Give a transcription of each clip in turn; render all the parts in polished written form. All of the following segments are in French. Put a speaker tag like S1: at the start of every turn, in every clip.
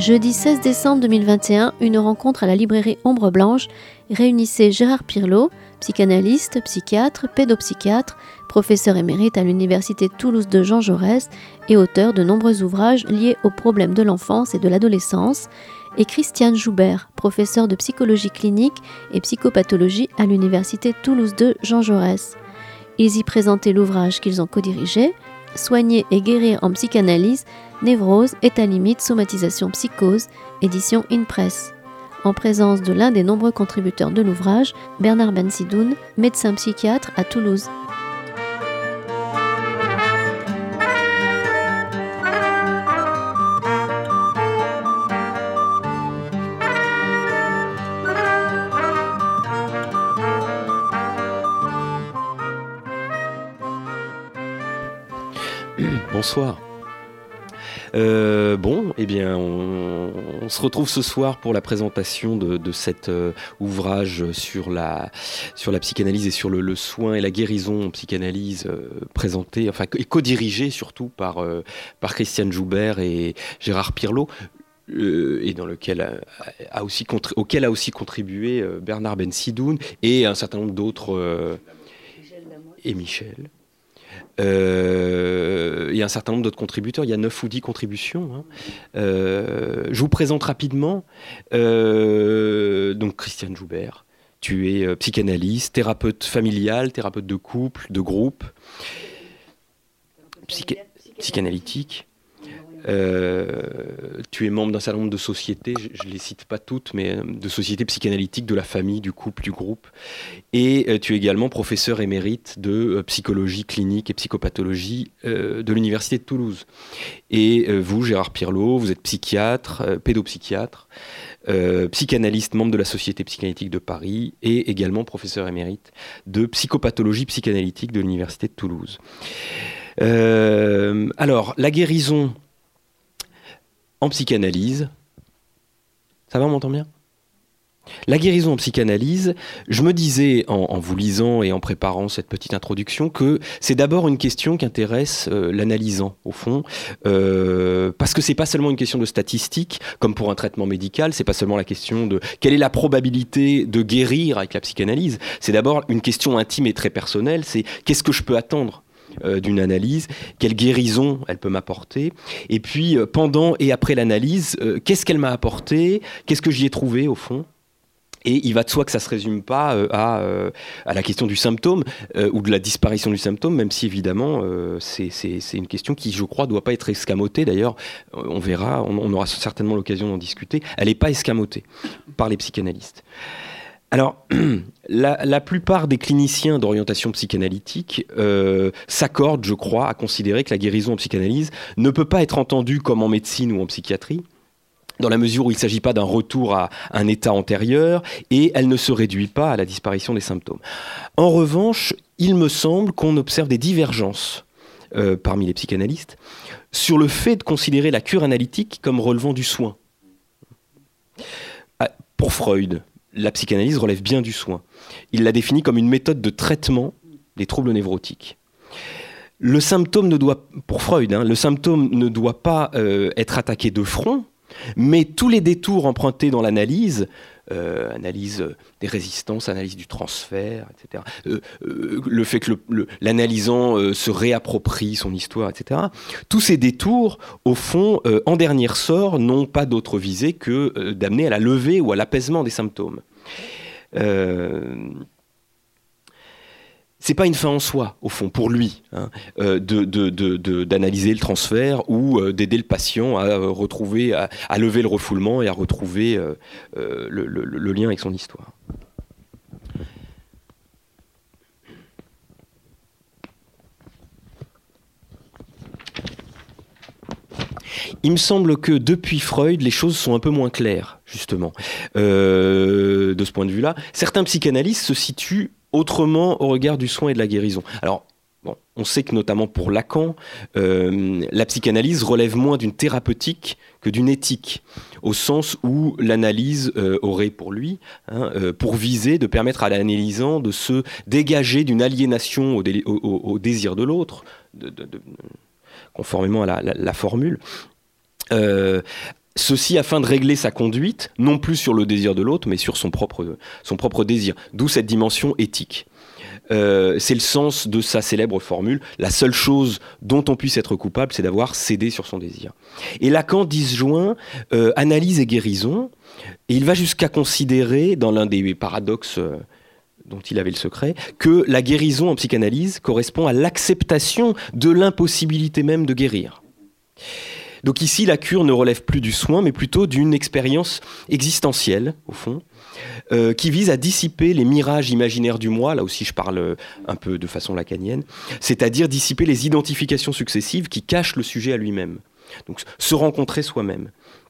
S1: Jeudi 16 décembre 2021, une rencontre à la librairie Ombre Blanche réunissait Gérard Pirlot, psychanalyste, psychiatre, pédopsychiatre, professeur émérite à l'université Toulouse de Jean Jaurès et auteur de nombreux ouvrages liés aux problèmes de l'enfance et de l'adolescence, et Christiane Joubert, professeur de psychologie clinique et psychopathologie à l'université Toulouse de Jean Jaurès. Ils y présentaient l'ouvrage qu'ils ont codirigé, Soigner et guérir en psychanalyse, névrose, état limite, somatisation, psychose, édition InPress. En présence de l'un des nombreux contributeurs de l'ouvrage, Bernard Bensidoun, médecin psychiatre à Toulouse.
S2: Bonsoir. On se retrouve ce soir pour la présentation de cet ouvrage sur la psychanalyse et sur le soin et la guérison en psychanalyse présenté, et co-dirigé surtout par Christiane Joubert et Gérard Pirlot. Et dans lequel auquel a aussi contribué Bernard Bensidoun et un certain nombre d'autres et Michel. Il y a un certain nombre d'autres contributeurs, il y a 9 ou 10 contributions. Je vous présente rapidement donc Christiane Joubert. Tu es psychanalyste, thérapeute familial, thérapeute de couple, de groupe, psychanalytique. Tu es membre d'un certain nombre de sociétés, je ne les cite pas toutes, mais de sociétés psychanalytiques, de la famille, du couple, du groupe. Et tu es également professeur émérite de psychologie clinique et psychopathologie de l'université de Toulouse. Et vous, Gérard Pirlot, vous êtes psychiatre, pédopsychiatre, psychanalyste, membre de la Société psychanalytique de Paris et également professeur émérite de psychopathologie psychanalytique de l'université de Toulouse. Alors, la guérison en psychanalyse, ça va, on m'entend bien ? La guérison en psychanalyse, je me disais en vous lisant et en préparant cette petite introduction que c'est d'abord une question qui intéresse l'analysant au fond, parce que c'est pas seulement une question de statistique, comme pour un traitement médical, c'est pas seulement la question de quelle est la probabilité de guérir avec la psychanalyse, c'est d'abord une question intime et très personnelle, c'est qu'est-ce que je peux attendre d'une analyse, quelle guérison elle peut m'apporter, et puis pendant et après l'analyse, qu'est-ce qu'elle m'a apporté, qu'est-ce que j'y ai trouvé au fond. Et il va de soi que ça ne se résume pas à la question du symptôme ou de la disparition du symptôme, même si évidemment c'est une question qui, je crois, ne doit pas être escamotée. D'ailleurs, on verra, on aura certainement l'occasion d'en discuter. Elle n'est pas escamotée par les psychanalystes. Alors, la plupart des cliniciens d'orientation psychanalytique s'accordent, je crois, à considérer que la guérison en psychanalyse ne peut pas être entendue comme en médecine ou en psychiatrie, dans la mesure où il ne s'agit pas d'un retour à un état antérieur et elle ne se réduit pas à la disparition des symptômes. En revanche, il me semble qu'on observe des divergences parmi les psychanalystes sur le fait de considérer la cure analytique comme relevant du soin. Pour Freud, la psychanalyse relève bien du soin. Il la définit comme une méthode de traitement des troubles névrotiques. Le symptôme ne doit, pour Freud, le symptôme ne doit pas être attaqué de front, mais tous les détours empruntés dans l'analyse, analyse des résistances, analyse du transfert, etc., le fait que l'analysant se réapproprie son histoire, etc., tous ces détours, au fond, en dernier ressort, n'ont pas d'autre visée que d'amener à la levée ou à l'apaisement des symptômes. C'est pas une fin en soi, au fond, pour lui, d'analyser le transfert ou d'aider le patient à retrouver, à lever le refoulement et à retrouver le lien avec son histoire. Il me semble que depuis Freud, les choses sont un peu moins claires, justement. De ce point de vue-là, certains psychanalystes se situent autrement au regard du soin et de la guérison. Alors, on sait que notamment pour Lacan, la psychanalyse relève moins d'une thérapeutique que d'une éthique, au sens où l'analyse aurait pour lui, pour viser de permettre à l'analysant de se dégager d'une aliénation au désir de l'autre, conformément à la formule, Ceci afin de régler sa conduite, non plus sur le désir de l'autre, mais sur son propre désir. D'où cette dimension éthique. C'est le sens de sa célèbre formule. La seule chose dont on puisse être coupable, c'est d'avoir cédé sur son désir. Et Lacan disjoint analyse et guérison, et il va jusqu'à considérer, dans l'un des paradoxes dont il avait le secret, que la guérison en psychanalyse correspond à l'acceptation de l'impossibilité même de guérir. Donc ici, la cure ne relève plus du soin, mais plutôt d'une expérience existentielle, au fond, qui vise à dissiper les mirages imaginaires du moi, là aussi je parle un peu de façon lacanienne, c'est-à-dire dissiper les identifications successives qui cachent le sujet à lui-même. Donc se rencontrer soi-même.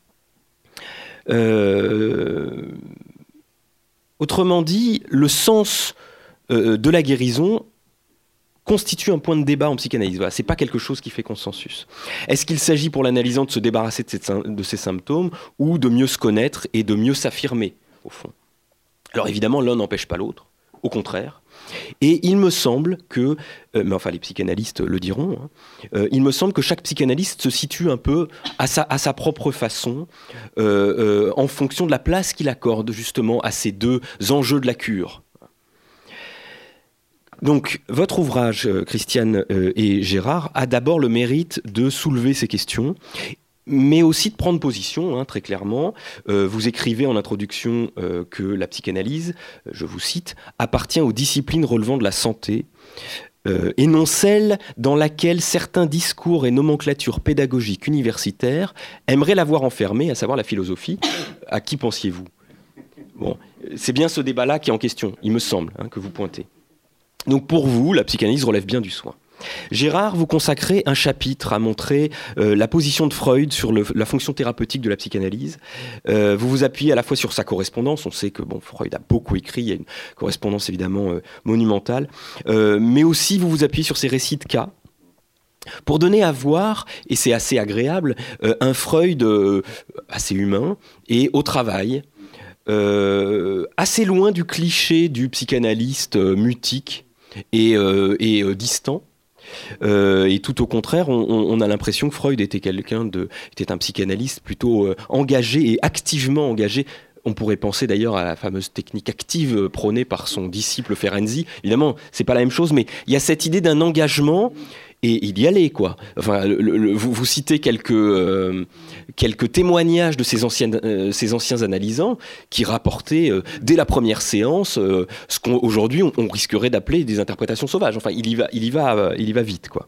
S2: Autrement dit, le sens de la guérison constitue un point de débat en psychanalyse. Voilà, ce n'est pas quelque chose qui fait consensus. Est-ce qu'il s'agit pour l'analysant de se débarrasser de ses symptômes ou de mieux se connaître et de mieux s'affirmer, au fond? Alors évidemment, l'un n'empêche pas l'autre, au contraire. Et il me semble que, mais enfin les psychanalystes le diront, il me semble que chaque psychanalyste se situe un peu à sa propre façon, en fonction de la place qu'il accorde justement à ces deux enjeux de la cure. Donc, votre ouvrage, Christiane et Gérard, a d'abord le mérite de soulever ces questions, mais aussi de prendre position, très clairement. Vous écrivez en introduction que la psychanalyse, je vous cite, appartient aux disciplines relevant de la santé, et non celle dans laquelle certains discours et nomenclatures pédagogiques universitaires aimeraient la voir enfermée, à savoir la philosophie. À qui pensiez-vous? Bon, c'est bien ce débat-là qui est en question, il me semble, que vous pointez. Donc pour vous, la psychanalyse relève bien du soin. Gérard, vous consacrez un chapitre à montrer la position de Freud sur la fonction thérapeutique de la psychanalyse. Vous vous appuyez à la fois sur sa correspondance. On sait que Freud a beaucoup écrit, il y a une correspondance évidemment monumentale. Mais aussi, vous vous appuyez sur ses récits de cas pour donner à voir, et c'est assez agréable, un Freud assez humain et au travail, assez loin du cliché du psychanalyste mutique et distant. Et tout au contraire, on a l'impression que Freud était était un psychanalyste plutôt engagé et activement engagé. On pourrait penser d'ailleurs à la fameuse technique active prônée par son disciple Ferenczi. Évidemment, c'est pas la même chose, mais il y a cette idée d'un engagement. Et il y allait, quoi. Enfin, vous citez quelques témoignages de ces anciens analysants qui rapportaient dès la première séance ce qu'aujourd'hui on risquerait d'appeler des interprétations sauvages. Enfin, il y va vite, quoi.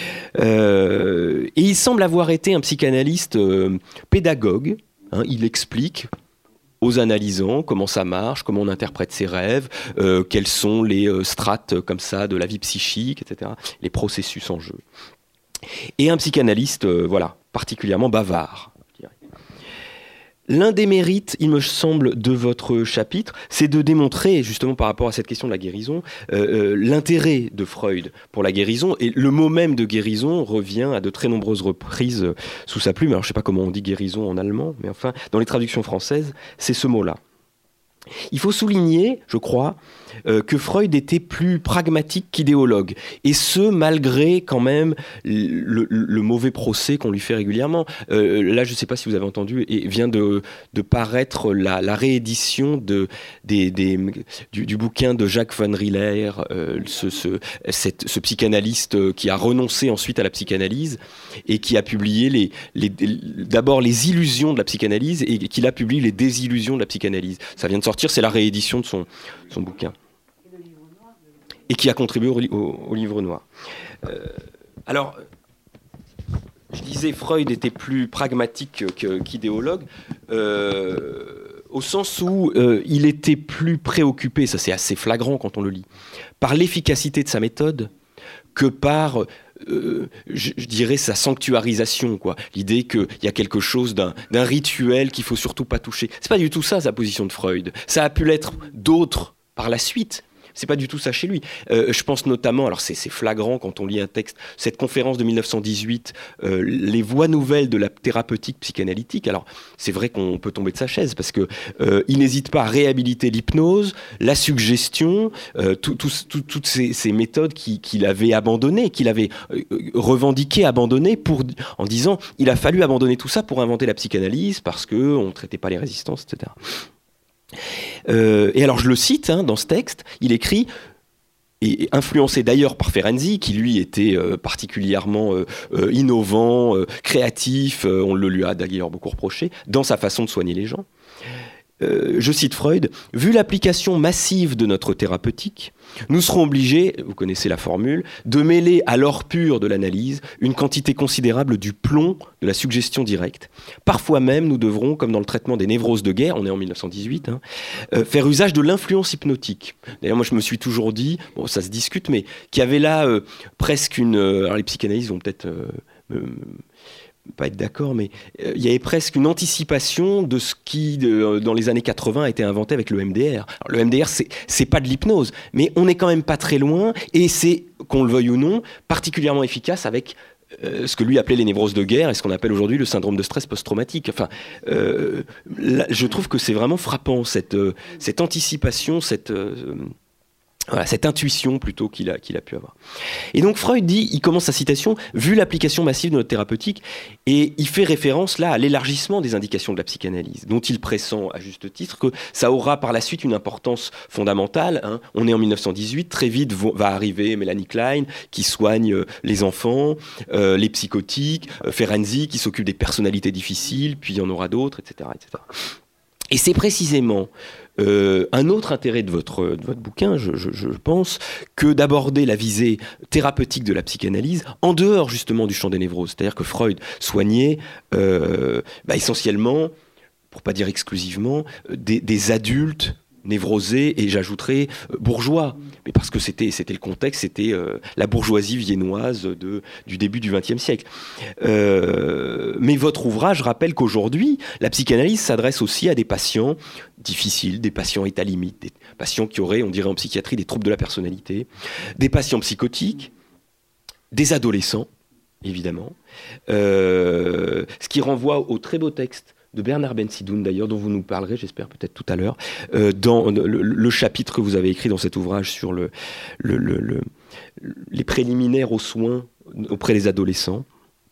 S2: Et il semble avoir été un psychanalyste pédagogue. Il explique aux analysants comment ça marche, comment on interprète ses rêves, quelles sont les strates comme ça de la vie psychique, etc., les processus en jeu. Et un psychanalyste, particulièrement bavard. L'un des mérites, il me semble, de votre chapitre, c'est de démontrer, justement par rapport à cette question de la guérison, l'intérêt de Freud pour la guérison. Et le mot même de guérison revient à de très nombreuses reprises sous sa plume. Alors je ne sais pas comment on dit guérison en allemand, mais enfin, dans les traductions françaises, c'est ce mot-là. Il faut souligner, je crois, que Freud était plus pragmatique qu'idéologue. Et ce, malgré quand même le mauvais procès qu'on lui fait régulièrement. Là, je ne sais pas si vous avez entendu, et vient de paraître la réédition du bouquin de Jacques Van Rieler, ce psychanalyste qui a renoncé ensuite à la psychanalyse et qui a publié d'abord les illusions de la psychanalyse et qui a publié les désillusions de la psychanalyse. Ça vient de sortir, c'est la réédition de son bouquin. Et qui a contribué au livre noir. Alors, je disais, Freud était plus pragmatique qu'idéologue, au sens où il était plus préoccupé, ça c'est assez flagrant quand on le lit, par l'efficacité de sa méthode que par... je dirais sa sanctuarisation, quoi. L'idée qu'il y a quelque chose d'un rituel qu'il faut surtout pas toucher. C'est pas du tout ça sa position de Freud. Ça a pu l'être d'autres par la suite, c'est pas du tout ça chez lui. Je pense notamment, alors c'est flagrant quand on lit un texte, cette conférence de 1918, les voies nouvelles de la thérapeutique psychanalytique. Alors c'est vrai qu'on peut tomber de sa chaise parce que il n'hésite pas à réhabiliter l'hypnose, la suggestion, toutes ces méthodes qu'il avait abandonnées, qu'il avait revendiquées, abandonnées, en disant il a fallu abandonner tout ça pour inventer la psychanalyse parce qu'on ne traitait pas les résistances, etc. Et alors je le cite dans ce texte, il écrit, et influencé d'ailleurs par Ferenczi, qui lui était particulièrement innovant, créatif, on le lui a d'ailleurs beaucoup reproché, dans sa façon de soigner les gens. Je cite Freud, « Vu l'application massive de notre thérapeutique, nous serons obligés, vous connaissez la formule, de mêler à l'or pur de l'analyse une quantité considérable du plomb de la suggestion directe. Parfois même, nous devrons, comme dans le traitement des névroses de guerre, on est en 1918, faire usage de l'influence hypnotique. » D'ailleurs, moi, je me suis toujours dit, bon, ça se discute, mais qu'il y avait là presque une... alors, les psychanalystes vont peut-être... pas être d'accord, mais il y avait presque une anticipation de ce qui, dans les années 80, a été inventé avec le MDR. Alors, le MDR, c'est pas de l'hypnose, mais on n'est quand même pas très loin, et c'est, qu'on le veuille ou non, particulièrement efficace avec ce que lui appelait les névroses de guerre et ce qu'on appelle aujourd'hui le syndrome de stress post-traumatique. Enfin, là, je trouve que c'est vraiment frappant, cette anticipation, voilà, cette intuition plutôt qu'il a pu avoir. Et donc Freud dit, il commence sa citation, vu l'application massive de notre thérapeutique, et il fait référence là à l'élargissement des indications de la psychanalyse, dont il pressent à juste titre que ça aura par la suite une importance fondamentale. On est en 1918, très vite va arriver Mélanie Klein qui soigne les enfants, les psychotiques, Ferenczi qui s'occupe des personnalités difficiles, puis il y en aura d'autres, etc., etc. Et c'est précisément un autre intérêt de votre bouquin, je pense, que d'aborder la visée thérapeutique de la psychanalyse en dehors justement du champ des névroses. C'est-à-dire que Freud soignait essentiellement, pour pas dire exclusivement, des adultes névrosés et j'ajouterais bourgeois, mais parce que c'était le contexte, c'était la bourgeoisie viennoise du début du XXe siècle. Mais votre ouvrage rappelle qu'aujourd'hui, la psychanalyse s'adresse aussi à des patients difficiles, des patients état limite, des patients qui auraient, on dirait en psychiatrie, des troubles de la personnalité, des patients psychotiques, des adolescents, évidemment, ce qui renvoie au très beau texte de Bernard Bensidoun, d'ailleurs, dont vous nous parlerez, j'espère, peut-être tout à l'heure, dans le chapitre que vous avez écrit dans cet ouvrage sur les préliminaires aux soins auprès des adolescents.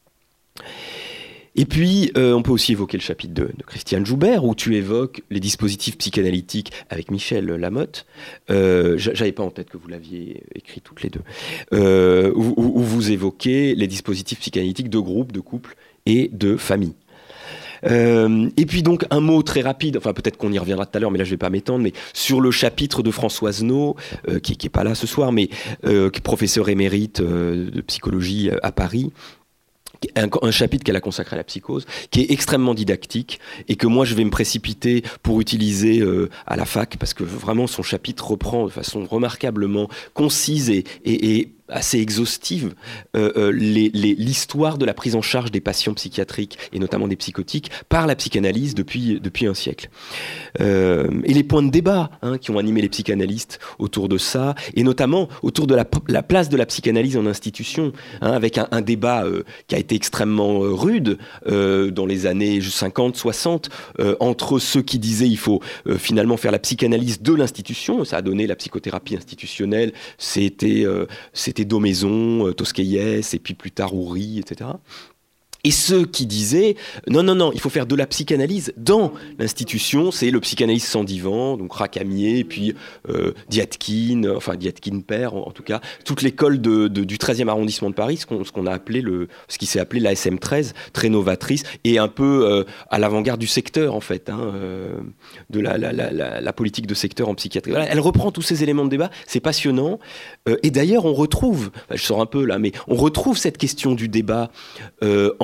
S2: Et puis, on peut aussi évoquer le chapitre de Christiane Joubert, où tu évoques les dispositifs psychanalytiques avec Michel Lamotte. J'avais pas en tête que vous l'aviez écrit toutes les deux. Où vous évoquez les dispositifs psychanalytiques de groupe, de couple et de famille. Et puis donc un mot très rapide, enfin peut-être qu'on y reviendra tout à l'heure, mais là je vais pas m'étendre, mais sur le chapitre de Françoise No, qui est pas là ce soir, mais qui est professeur émérite de psychologie à Paris. Un chapitre qu'elle a consacré à la psychose, qui est extrêmement didactique et que moi je vais me précipiter pour utiliser à la fac, parce que vraiment son chapitre reprend de façon remarquablement concise et assez exhaustive l'histoire de la prise en charge des patients psychiatriques et notamment des psychotiques par la psychanalyse depuis un siècle. Et les points de débat qui ont animé les psychanalystes autour de ça, et notamment autour de la place de la psychanalyse en institution, avec un débat qui a été extrêmement rude dans les années 50, 60, entre ceux qui disaient il faut finalement faire la psychanalyse de l'institution, ça a donné la psychothérapie institutionnelle, c'était Daumaison, Tosquelles, et puis plus tard Houry, etc. Et ceux qui disaient non, il faut faire de la psychanalyse dans l'institution, c'est le psychanalyste sans divan, donc Racamier, et puis Diatkin père, en tout cas, toute l'école du 13e arrondissement de Paris, ce qui s'est appelé la SM13, très novatrice, et un peu à l'avant-garde du secteur, en fait, de la politique de secteur en psychiatrie. Voilà, elle reprend tous ces éléments de débat, c'est passionnant, et d'ailleurs on retrouve, je sors un peu là, mais on retrouve cette question du débat en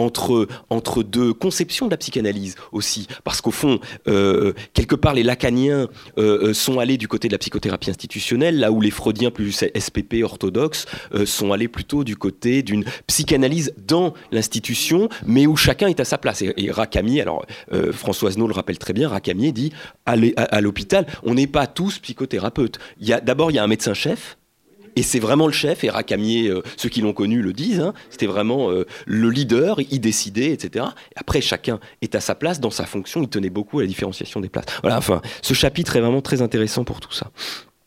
S2: entre deux conceptions de la psychanalyse aussi. Parce qu'au fond, quelque part, les lacaniens sont allés du côté de la psychothérapie institutionnelle, là où les freudiens plus SPP orthodoxes sont allés plutôt du côté d'une psychanalyse dans l'institution, mais où chacun est à sa place. Et Racamier, alors Françoise No le rappelle très bien, Racamier dit à l'hôpital, on n'est pas tous psychothérapeutes. D'abord, il y a un médecin-chef, et c'est vraiment le chef, et Racamier, ceux qui l'ont connu le disent, hein, c'était vraiment le leader, il décidait, etc. Et après, chacun est à sa place dans sa fonction, il tenait beaucoup à la différenciation des places. Voilà, enfin, ce chapitre est vraiment très intéressant pour tout ça.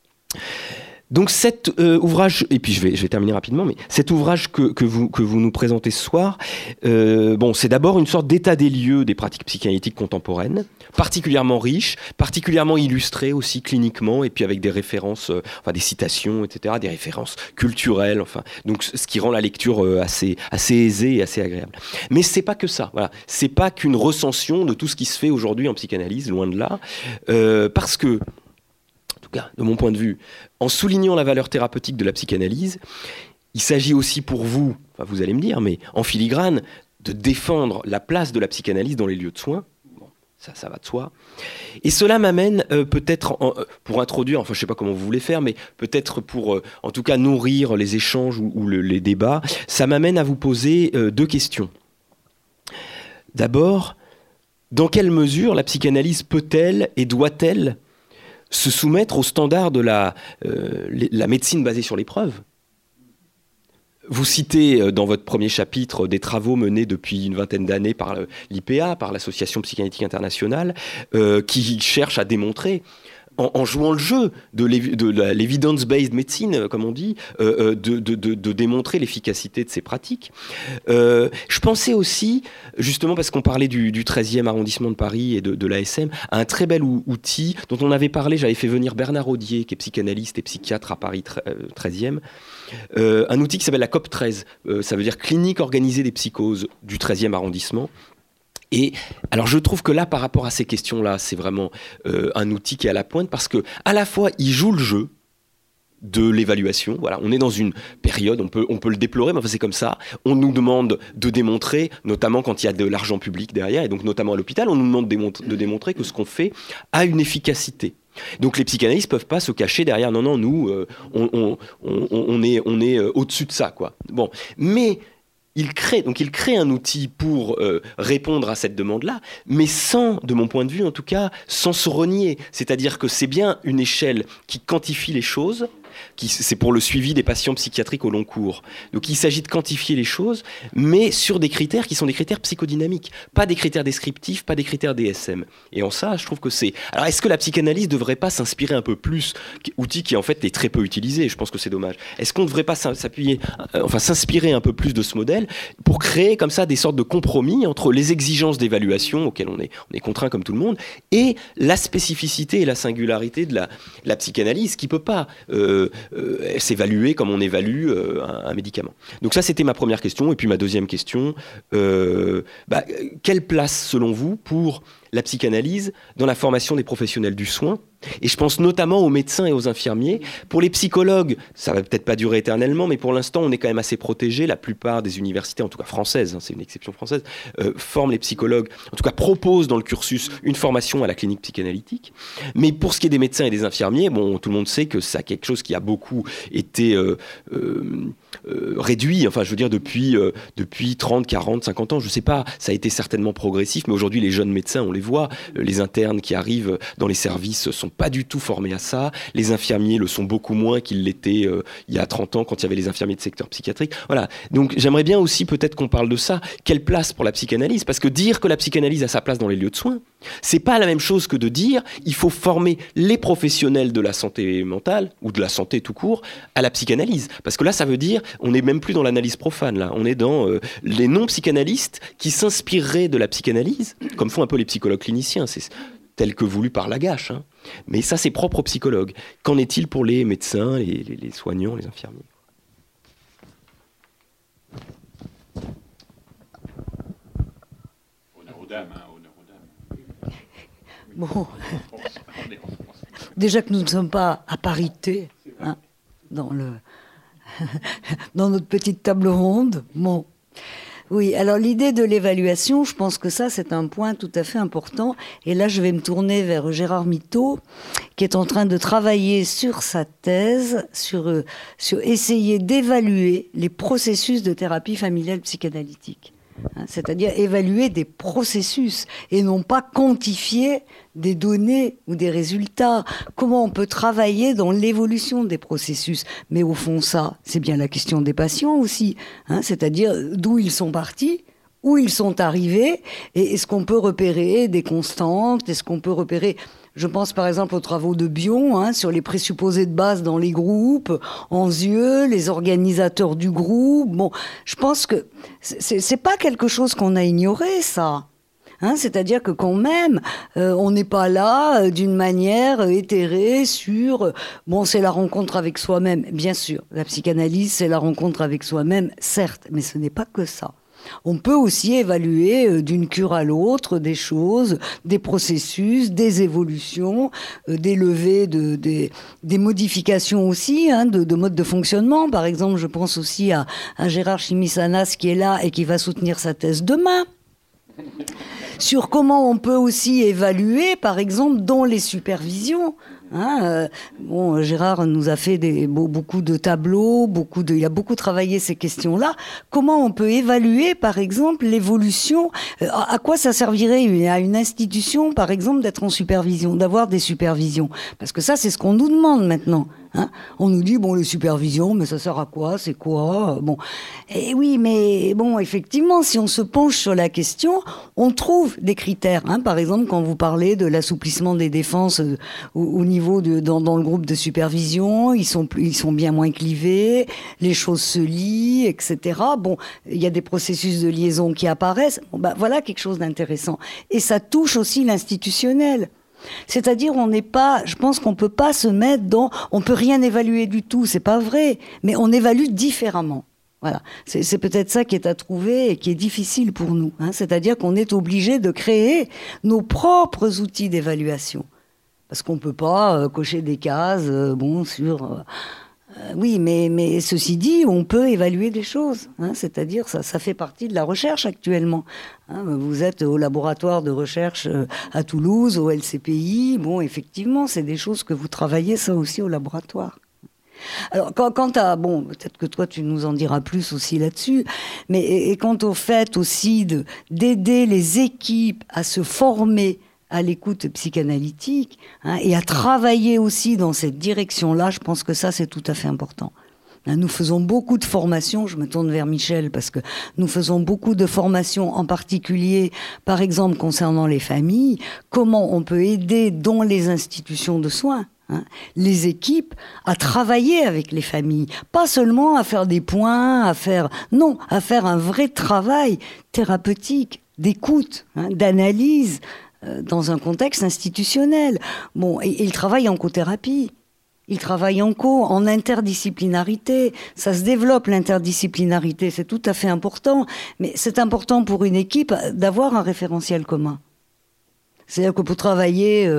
S2: Donc cet ouvrage, et puis je vais terminer rapidement, mais cet ouvrage que vous nous présentez ce soir, c'est d'abord une sorte d'état des lieux des pratiques psychanalytiques contemporaines, particulièrement riche, particulièrement illustré aussi cliniquement, et puis avec des références, des citations, etc., des références culturelles, donc ce qui rend la lecture assez aisée et assez agréable. Mais c'est pas que ça, voilà, c'est pas qu'une recension de tout ce qui se fait aujourd'hui en psychanalyse, loin de là, parce que, en tout cas, de mon point de vue, en soulignant la valeur thérapeutique de la psychanalyse, il s'agit aussi pour vous, vous allez me dire, mais en filigrane, de défendre la place de la psychanalyse dans les lieux de soins. Bon, ça va de soi. Et cela m'amène peut-être, pour introduire, je ne sais pas comment vous voulez faire, mais peut-être pour, en tout cas, nourrir les échanges ou les débats, ça m'amène à vous poser deux questions. D'abord, dans quelle mesure la psychanalyse peut-elle et doit-elle se soumettre aux standards de la médecine basée sur les preuves? Vous citez dans votre premier chapitre des travaux menés depuis une vingtaine d'années par l'IPA, par l'Association psychanalytique internationale, qui cherchent à démontrer, en jouant le jeu de l'evidence-based medicine, comme on dit, de démontrer l'efficacité de ces pratiques. Je pensais aussi, justement parce qu'on parlait du 13e arrondissement de Paris et de l'ASM, à un très bel outil dont on avait parlé, j'avais fait venir Bernard Audier, qui est psychanalyste et psychiatre à Paris 13e, un outil qui s'appelle la COP13, ça veut dire Clinique organisée des psychoses du 13e arrondissement. Et alors je trouve que là, par rapport à ces questions-là, c'est vraiment un outil qui est à la pointe parce que à la fois il joue le jeu de l'évaluation. Voilà, on est dans une période, on peut le déplorer, mais c'est comme ça. On nous demande de démontrer, notamment quand il y a de l'argent public derrière, et donc notamment à l'hôpital, on nous demande de démontrer que ce qu'on fait a une efficacité. Donc les psychanalystes peuvent pas se cacher derrière. Non, nous, on est au-dessus de ça, quoi. Bon, mais il crée un outil pour répondre à cette demande-là, mais sans, de mon point de vue en tout cas, sans se renier. C'est-à-dire que c'est bien une échelle qui quantifie les choses, c'est pour le suivi des patients psychiatriques au long cours. Donc il s'agit de quantifier les choses, mais sur des critères qui sont des critères psychodynamiques, pas des critères descriptifs, pas des critères DSM. Et en ça, je trouve que c'est... Alors est-ce que la psychanalyse ne devrait pas s'inspirer un peu plus, outil qui en fait est très peu utilisé, je pense que c'est dommage. Est-ce qu'on ne devrait pas s'inspirer un peu plus de ce modèle pour créer comme ça des sortes de compromis entre les exigences d'évaluation auxquelles on est contraint comme tout le monde et la spécificité et la singularité de la psychanalyse qui ne peut pas s'évaluer comme on évalue un médicament. Donc ça, c'était ma première question. Et puis ma deuxième question, quelle place, selon vous, pour la psychanalyse dans la formation des professionnels du soin? Et je pense notamment aux médecins et aux infirmiers. Pour les psychologues, ça va peut-être pas durer éternellement, mais pour l'instant, on est quand même assez protégés. La plupart des universités, en tout cas françaises, c'est une exception française, forment les psychologues, en tout cas proposent dans le cursus une formation à la clinique psychanalytique. Mais pour ce qui est des médecins et des infirmiers, tout le monde sait que c'est quelque chose qui a beaucoup été réduit, depuis 30, 40, 50 ans, je sais pas, ça a été certainement progressif, mais aujourd'hui, les jeunes médecins, on les voit, les internes qui arrivent dans les services sont pas du tout formés à ça, les infirmiers le sont beaucoup moins qu'ils l'étaient il y a 30 ans quand il y avait les infirmiers de secteur psychiatrique. Voilà, donc j'aimerais bien aussi peut-être qu'on parle de ça, quelle place pour la psychanalyse, parce que dire que la psychanalyse a sa place dans les lieux de soins, c'est pas la même chose que de dire il faut former les professionnels de la santé mentale ou de la santé tout court à la psychanalyse, parce que là ça veut dire on n'est même plus dans l'analyse profane, là on est dans les non-psychanalystes qui s'inspireraient de la psychanalyse, comme font un peu les psychologues cliniciens, c'est tel que voulu par Lagache, hein. Mais ça c'est propre aux psychologues. Qu'en est-il pour les médecins, les soignants, les infirmiers?
S3: Honneur aux dames, hein, honneur aux dames.
S4: Bon, déjà que nous ne sommes pas à parité, hein, dans notre petite table ronde. Bon, Oui, alors l'idée de l'évaluation, je pense que ça, c'est un point tout à fait important. Et là, je vais me tourner vers Gérard Mitteau, qui est en train de travailler sur sa thèse, sur essayer d'évaluer les processus de thérapie familiale psychanalytique. C'est-à-dire évaluer des processus et non pas quantifier des données ou des résultats. Comment on peut travailler dans l'évolution des processus? Mais au fond, ça, c'est bien la question des patients aussi. C'est-à-dire d'où ils sont partis, où ils sont arrivés, et est-ce qu'on peut repérer des constantes? Est-ce qu'on peut repérer... Je pense par exemple aux travaux de Bion sur les présupposés de base dans les groupes, Anzieux, les organisateurs du groupe. Bon, je pense que c'est pas quelque chose qu'on a ignoré, ça. C'est-à-dire que quand même, on n'est pas là d'une manière éthérée sur... Bon, c'est la rencontre avec soi-même, bien sûr. La psychanalyse, c'est la rencontre avec soi-même, certes, mais ce n'est pas que ça. On peut aussi évaluer d'une cure à l'autre des choses, des processus, des évolutions, des levées, des modifications aussi, de mode de fonctionnement. Par exemple, je pense aussi à Gérard Chimisanas qui est là et qui va soutenir sa thèse demain. Sur comment on peut aussi évaluer, par exemple, dans les supervisions. Gérard nous a fait beaucoup de tableaux, il a beaucoup travaillé ces questions-là. Comment on peut évaluer, par exemple, l'évolution? À quoi ça servirait à une institution, par exemple, d'être en supervision, d'avoir des supervisions? Parce que ça, c'est ce qu'on nous demande maintenant. On nous dit, les supervisions, mais ça sert à quoi? C'est quoi? Et oui, mais effectivement, si on se penche sur la question, on trouve des critères. Par exemple, quand vous parlez de l'assouplissement des défenses au niveau dans le groupe de supervision, ils sont bien moins clivés, les choses se lient, etc. Il y a des processus de liaison qui apparaissent. Voilà quelque chose d'intéressant. Et ça touche aussi l'institutionnel. C'est-à-dire, je pense qu'on peut pas se mettre on peut rien évaluer du tout, c'est pas vrai, mais on évalue différemment. Voilà. C'est peut-être ça qui est à trouver et qui est difficile pour nous. C'est-à-dire qu'on est obligé de créer nos propres outils d'évaluation. Parce qu'on peut pas cocher des cases, sur... oui, mais ceci dit, on peut évaluer des choses. C'est-à-dire, ça fait partie de la recherche actuellement. Vous êtes au laboratoire de recherche à Toulouse, au LCPI. Effectivement, c'est des choses que vous travaillez, ça aussi, au laboratoire. Alors, quant à... peut-être que toi, tu nous en diras plus aussi là-dessus, mais et quant au fait aussi d'aider les équipes à se former à l'écoute psychanalytique et à travailler aussi dans cette direction-là, je pense que ça, c'est tout à fait important. Nous faisons beaucoup de formations, je me tourne vers Michel, parce que nous faisons beaucoup de formations, en particulier, par exemple, concernant les familles, comment on peut aider dans les institutions de soins, les équipes, à travailler avec les familles. Pas seulement à faire des points, à faire un vrai travail thérapeutique, d'écoute, d'analyse, dans un contexte institutionnel. Et il travaille en cothérapie. Il travaille en interdisciplinarité. Ça se développe, l'interdisciplinarité. C'est tout à fait important. Mais c'est important pour une équipe d'avoir un référentiel commun. C'est-à-dire que pour travailler,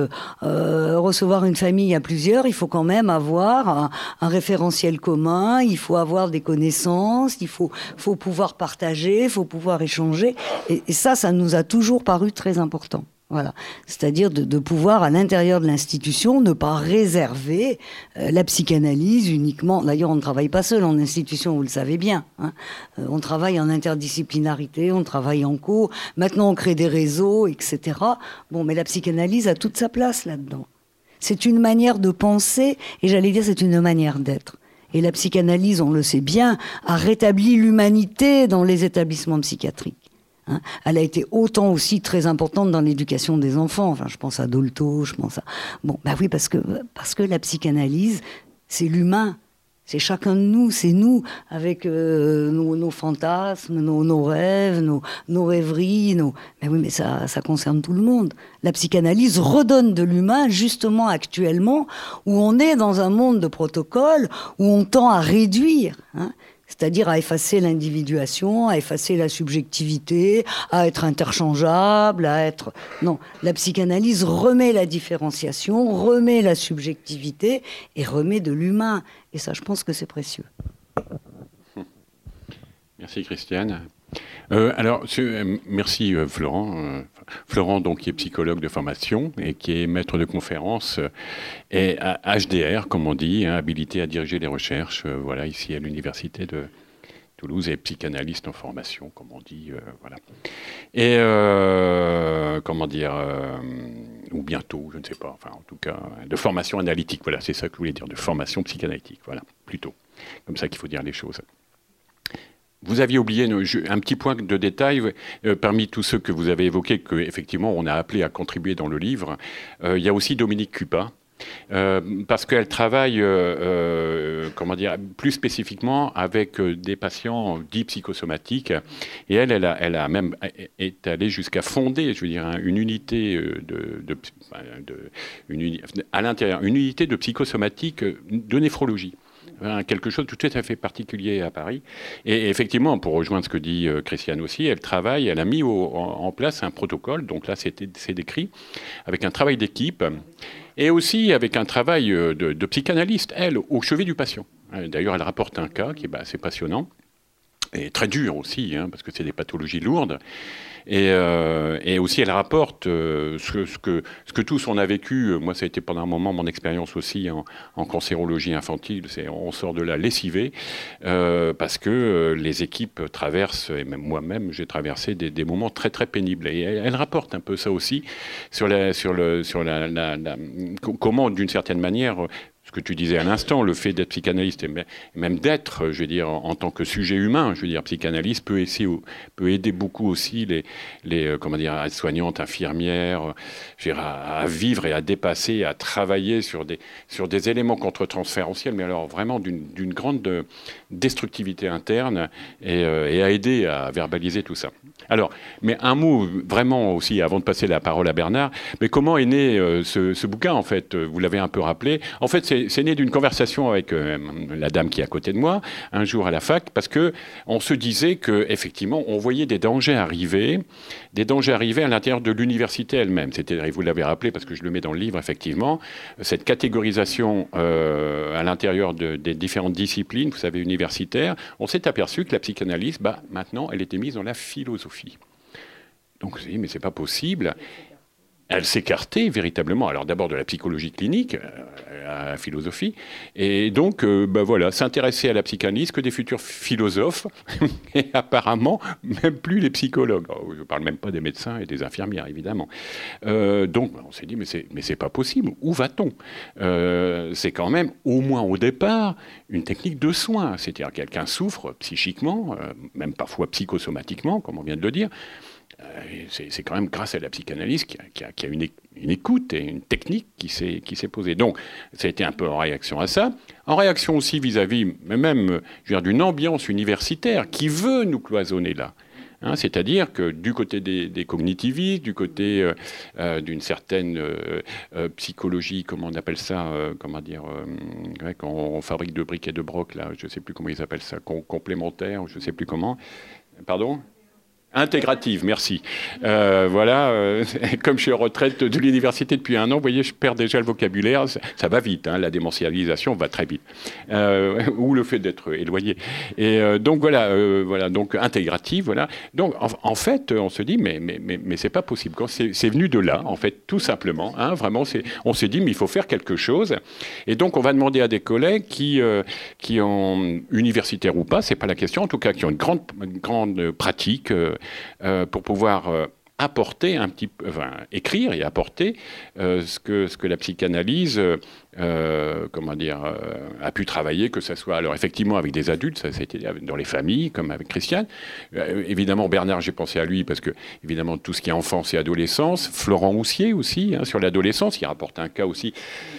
S4: recevoir une famille à plusieurs, il faut quand même avoir un référentiel commun, il faut avoir des connaissances, il faut pouvoir partager, il faut pouvoir échanger. Et ça nous a toujours paru très important. Voilà. C'est-à-dire de pouvoir, à l'intérieur de l'institution, ne pas réserver la psychanalyse uniquement. D'ailleurs, on ne travaille pas seul en institution, vous le savez bien. On travaille en interdisciplinarité, on travaille en co. Maintenant, on crée des réseaux, etc. Mais la psychanalyse a toute sa place là-dedans. C'est une manière de penser, et j'allais dire, c'est une manière d'être. Et la psychanalyse, on le sait bien, a rétabli l'humanité dans les établissements psychiatriques. Elle a été autant aussi très importante dans l'éducation des enfants. Enfin, je pense à Dolto, je pense à... Oui, parce que la psychanalyse, c'est l'humain. C'est chacun de nous, c'est nous, avec nos fantasmes, nos rêves, nos rêveries. Mais ça concerne tout le monde. La psychanalyse redonne de l'humain, justement, actuellement, où on est dans un monde de protocoles, où on tend à réduire, c'est-à-dire à effacer l'individuation, à effacer la subjectivité, à être interchangeable, Non, la psychanalyse remet la différenciation, remet la subjectivité et remet de l'humain. Et ça, je pense que c'est précieux.
S3: Merci Christiane. Merci Florent. Florent, donc, qui est psychologue de formation et qui est maître de conférence et HDR, comme on dit, habilité à diriger les recherches, voilà, ici à l'université de Toulouse, et psychanalyste en formation, comme on dit, voilà. Et comment dire, ou bientôt, je ne sais pas, enfin en tout cas, de formation analytique, voilà, c'est ça que je voulais dire, de formation psychanalytique, voilà, plutôt, comme ça qu'il faut dire les choses. Vous aviez oublié un petit point de détail parmi tous ceux que vous avez évoqués, qu'effectivement on a appelé à contribuer dans le livre. Il y a aussi Dominique Cupin, parce qu'elle travaille, comment dire, plus spécifiquement avec des patients dits psychosomatiques. Et elle a même est allée jusqu'à fonder, je veux dire, une unité à l'intérieur, une unité de psychosomatique de néphrologie. Quelque chose de tout à fait particulier à Paris. Et effectivement, pour rejoindre ce que dit Christiane aussi, elle a mis en place un protocole, donc là c'est décrit, avec un travail d'équipe, et aussi avec un travail de psychanalyste, elle, au chevet du patient. D'ailleurs, elle rapporte un cas qui est assez passionnant, et très dur aussi, parce que c'est des pathologies lourdes. Et aussi, elle rapporte ce que tous on a vécu. Moi, ça a été pendant un moment mon expérience aussi en cancérologie infantile. On sort de là lessivé parce que les équipes traversent, et même moi-même, j'ai traversé des moments très très pénibles. Et elle rapporte un peu ça aussi sur comment, d'une certaine manière, ce que tu disais à l'instant, le fait d'être psychanalyste et même d'être, je veux dire, en tant que sujet humain, je veux dire, psychanalyste peut aider beaucoup aussi les comment dire, aides-soignantes, infirmières, je veux dire, à vivre et à dépasser, à travailler sur des éléments contre-transférentiels, mais alors vraiment d'une grande destructivité interne et à aider à verbaliser tout ça. Alors, mais un mot vraiment aussi, avant de passer la parole à Bernard, mais comment est né ce bouquin, en fait? Vous l'avez un peu rappelé. En fait, c'est né d'une conversation avec la dame qui est à côté de moi, un jour à la fac, parce qu'on se disait qu'effectivement, on voyait des dangers arriver à l'intérieur de l'université elle-même. C'est-à-dire, vous l'avez rappelé, parce que je le mets dans le livre, effectivement, cette catégorisation à l'intérieur des différentes disciplines, vous savez, universitaires, on s'est aperçu que la psychanalyse, maintenant, elle était mise dans la philosophie. Donc, on s'est dit, mais c'est pas possible. Elle s'écartait véritablement, alors d'abord de la psychologie clinique, à la philosophie, et donc voilà, s'intéresser à la psychanalyse que des futurs philosophes, et apparemment même plus les psychologues. Je ne parle même pas des médecins et des infirmières, évidemment. Donc on s'est dit, mais c'est pas possible, où va-t-on? C'est quand même, au moins au départ, une technique de soin, c'est-à-dire quelqu'un souffre psychiquement, même parfois psychosomatiquement, comme on vient de le dire. C'est quand même grâce à la psychanalyse qui a une écoute et une technique qui s'est posée. Donc, ça a été un peu en réaction à ça. En réaction aussi vis-à-vis même d'une ambiance universitaire qui veut nous cloisonner là. C'est-à-dire que du côté des cognitivistes, du côté d'une certaine psychologie, comment on appelle ça, quand on fabrique de briques et de broc, là, je ne sais plus comment ils appellent ça, complémentaire, je ne sais plus comment. Pardon ? Intégrative, merci. Voilà, comme je suis en retraite de l'université depuis 1 an, vous voyez, je perds déjà le vocabulaire. Ça va vite, la démentialisation va très vite. Ou le fait d'être éloigné. Et donc voilà, donc intégrative, voilà. Donc en fait, on se dit, mais c'est pas possible. Quand c'est venu de là, en fait, tout simplement. Vraiment, on s'est dit, mais il faut faire quelque chose. Et donc, on va demander à des collègues qui ont, universitaires ou pas, c'est pas la question, en tout cas, qui ont une grande pratique pour pouvoir apporter écrire et apporter ce que la psychanalyse a pu travailler, que ce soit alors effectivement avec des adultes, ça c'était dans les familles, comme avec Christiane. Évidemment, Bernard, j'ai pensé à lui parce que évidemment tout ce qui est enfance et adolescence. Florent Houssier aussi, sur l'adolescence, il rapporte un cas aussi.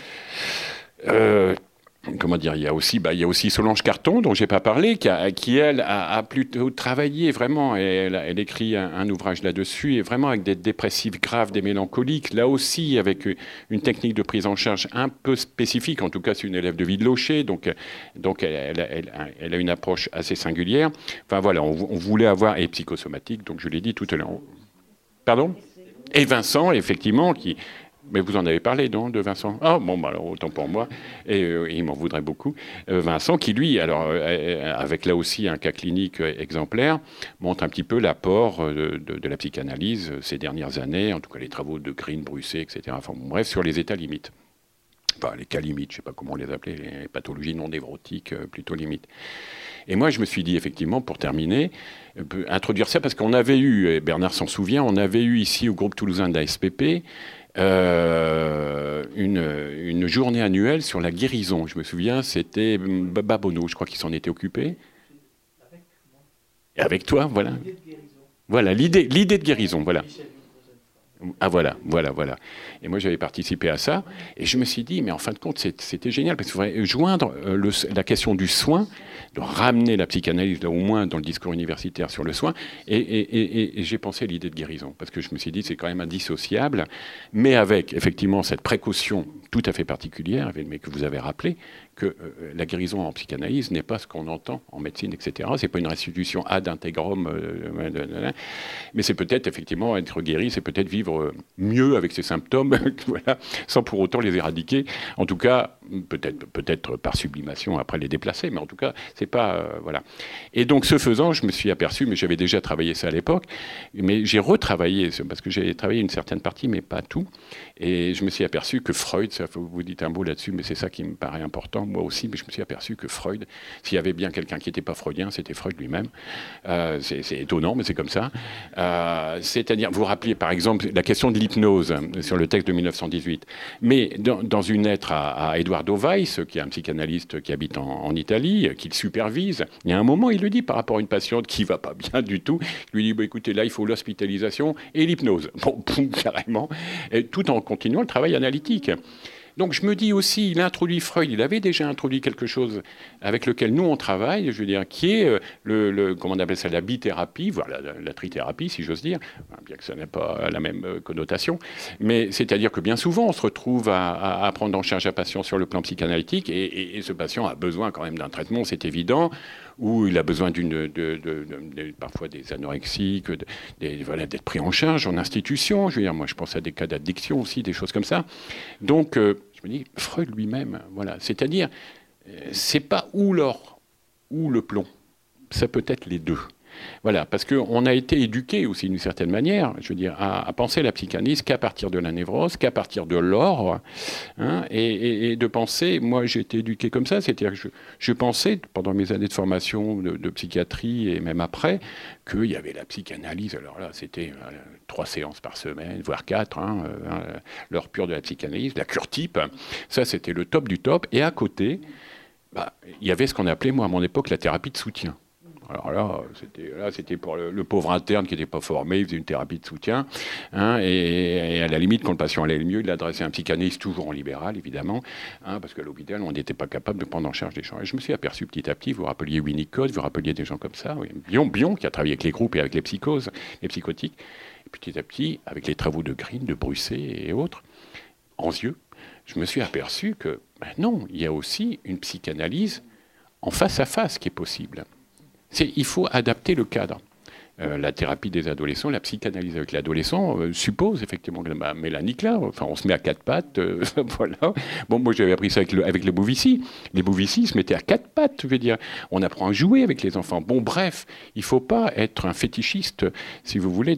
S3: Il y a aussi Solange Carton, dont j'ai pas parlé, qui elle a plutôt travaillé vraiment, et elle écrit un ouvrage là-dessus, et vraiment avec des dépressifs graves, des mélancoliques, là aussi avec une technique de prise en charge un peu spécifique. En tout cas, c'est une élève de Villelocher, donc elle a une approche assez singulière. Enfin voilà, on voulait avoir, et psychosomatique, donc je l'ai dit tout à l'heure. Pardon ? Et Vincent, effectivement, qui Mais vous en avez parlé, non, de Vincent? Ah, bon, bah alors, autant pour moi. Et il m'en voudrait beaucoup. Vincent, qui lui, alors, avec là aussi un cas clinique exemplaire, montre un petit peu l'apport de la psychanalyse ces dernières années, en tout cas les travaux de Green, Brusset, etc. Enfin, bon, bref, sur les états limites. Enfin, les cas limites, je ne sais pas comment on les appelait, les pathologies non névrotiques, plutôt limites. Et moi, je me suis dit, effectivement, pour terminer, introduire ça, parce qu'on avait eu, et Bernard s'en souvient, on avait eu ici au groupe toulousain de la SPP, une journée annuelle sur la guérison. Je me souviens, c'était Babono, je crois qu'il s'en était occupé. Et avec toi, voilà. Voilà, l'idée de guérison, voilà. Ah voilà. Et moi j'avais participé à ça, et je me suis dit, mais en fin de compte c'était génial, parce qu'il faudrait joindre la question du soin, de ramener la psychanalyse là au moins dans le discours universitaire sur le soin, et j'ai pensé à l'idée de guérison, parce que je me suis dit c'est quand même indissociable, mais avec effectivement cette précaution tout à fait particulière, mais que vous avez rappelé, que la guérison en psychanalyse n'est pas ce qu'on entend en médecine, etc. C'est pas une restitution ad intégrum, mais c'est peut-être effectivement être guéri, c'est peut-être vivre mieux avec ses symptômes, voilà, sans pour autant les éradiquer. En tout cas, peut-être par sublimation après les déplacer, mais en tout cas, c'est pas voilà. Et donc, ce faisant, je me suis aperçu, mais j'avais déjà travaillé ça à l'époque, mais j'ai retravaillé parce que j'ai travaillé une certaine partie, mais pas tout. Et je me suis aperçu que Freud, ça, vous dites un mot là-dessus, mais c'est ça qui me paraît important, moi aussi, mais je me suis aperçu que Freud, s'il y avait bien quelqu'un qui n'était pas freudien, c'était Freud lui-même. C'est étonnant, mais c'est comme ça. C'est-à-dire, vous rappeliez par exemple la question de l'hypnose sur le texte de 1918, mais dans une lettre à Eduardo Weiss, qui est un psychanalyste qui habite en Italie, qu'il supervise, il y a un moment, il le dit par rapport à une patiente qui ne va pas bien du tout, il lui dit, bah, écoutez, là, il faut l'hospitalisation et l'hypnose. Bon, carrément, et tout en continuant le travail analytique. Donc je me dis aussi, il a introduit Freud, il avait déjà introduit quelque chose avec lequel nous on travaille, je veux dire, qui est comment on appelle ça, la bithérapie, voire la trithérapie, si j'ose dire, bien que ça n'ait pas la même connotation, mais c'est-à-dire que bien souvent on se retrouve à prendre en charge un patient sur le plan psychanalytique, et ce patient a besoin quand même d'un traitement, c'est évident, où il a besoin parfois des anorexiques, voilà, d'être pris en charge en institution. Je veux dire, moi, je pense à des cas d'addiction aussi, des choses comme ça. Donc, je me dis, Freud lui-même, voilà. C'est-à-dire, c'est pas ou l'or ou le plomb. Ça peut être les deux. Voilà, parce qu'on a été éduqué aussi d'une certaine manière, je veux dire, à penser la psychanalyse qu'à partir de la névrose, qu'à partir de l'or, hein, et de penser, moi j'ai été éduqué comme ça, c'est-à-dire que je pensais, pendant mes années de formation de psychiatrie et même après, qu'il y avait la psychanalyse, alors là c'était 3 séances par semaine, voire 4, l'heure pure de la psychanalyse, la cure type, ça c'était le top du top, et à côté, il y avait ce qu'on appelait, moi à mon époque, la thérapie de soutien. Alors là, c'était pour le pauvre interne qui n'était pas formé, il faisait une thérapie de soutien, hein, et à la limite, quand le patient allait le mieux, il l'adressait à un psychanalyste, toujours en libéral, évidemment, hein, parce qu'à l'hôpital, on n'était pas capable de prendre en charge des gens. Et je me suis aperçu petit à petit, vous rappeliez Winnicott, vous rappeliez des gens comme ça, oui. Bion, qui a travaillé avec les groupes et avec les psychoses, les psychotiques, et petit à petit, avec les travaux de Green, de Brusset et autres, Anzieux, je me suis aperçu que, non, il y a aussi une psychanalyse en face à face qui est possible. Il faut adapter le cadre. La thérapie des adolescents, la psychanalyse avec l'adolescent suppose effectivement que Mélanie Klein, enfin on se met à 4 pattes, voilà. Bon, moi j'avais appris ça avec les Bovici. Les Bovici se mettaient à 4 pattes, je veux dire. On apprend à jouer avec les enfants. Bon, bref, il ne faut pas être un fétichiste, si vous voulez,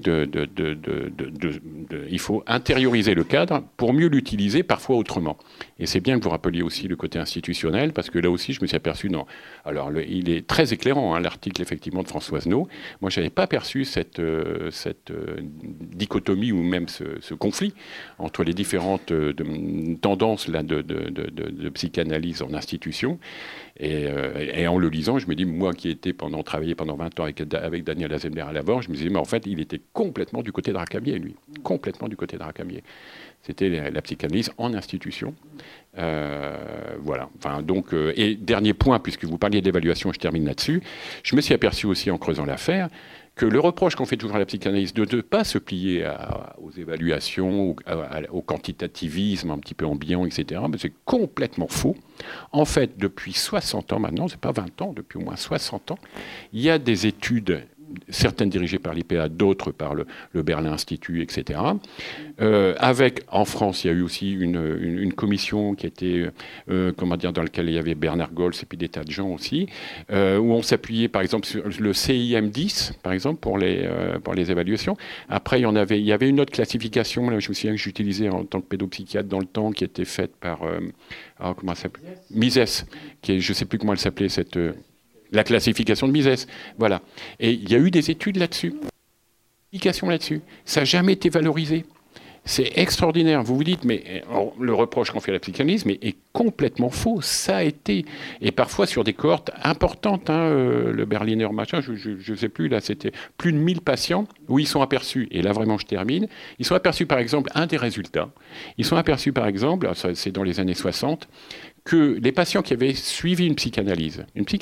S3: il faut intérioriser le cadre pour mieux l'utiliser, parfois autrement. Et c'est bien que vous rappeliez aussi le côté institutionnel, parce que là aussi je me suis aperçu, non. Alors il est très éclairant, hein, l'article effectivement de Françoise No. Moi je n'avais pas perçu cette dichotomie ou même ce conflit entre les différentes tendances là, de psychanalyse en institution. Et en le lisant, je me dis, moi qui ai travaillé pendant 20 ans avec Daniel Azenberg à Lavore, je me disais, mais en fait, il était complètement du côté de Racamier, lui. Complètement du côté de Racamier. C'était la psychanalyse en institution. Voilà. Enfin, donc, et dernier point, puisque vous parliez d'évaluation, je termine là-dessus, je me suis aperçu aussi en creusant l'affaire que le reproche qu'on fait toujours à la psychanalyse de ne pas se plier aux évaluations, au quantitativisme un petit peu ambiant, etc., mais c'est complètement faux. En fait, depuis 60 ans maintenant, c'est pas 20 ans, depuis au moins 60 ans, il y a des études certaines dirigées par l'IPA, d'autres par le Berlin Institut, etc. En France, il y a eu aussi une commission qui était, dans laquelle il y avait Bernard Gols et puis des tas de gens aussi, où on s'appuyait par exemple sur le CIM10, par exemple, pour les évaluations. Après, il y avait une autre classification, là, je me souviens que j'utilisais en tant que pédopsychiatre dans le temps, qui était faite par, comment elle s'appelle ? Mises, je ne sais plus comment elle s'appelait, la classification de Mises. Voilà. Et il y a eu des études là-dessus, là-dessus. Ça n'a jamais été valorisé. C'est extraordinaire. Vous vous dites, mais le reproche qu'on fait à la psychanalyse est complètement faux. Ça a été. Et parfois sur des cohortes importantes, le Berliner machin, je ne sais plus, là, c'était plus de 1000 patients où ils sont aperçus. Et là, vraiment, je termine. Ils sont aperçus, par exemple, un des résultats. Ils sont aperçus, par exemple, c'est dans les années 60, que les patients qui avaient suivi une psychanalyse,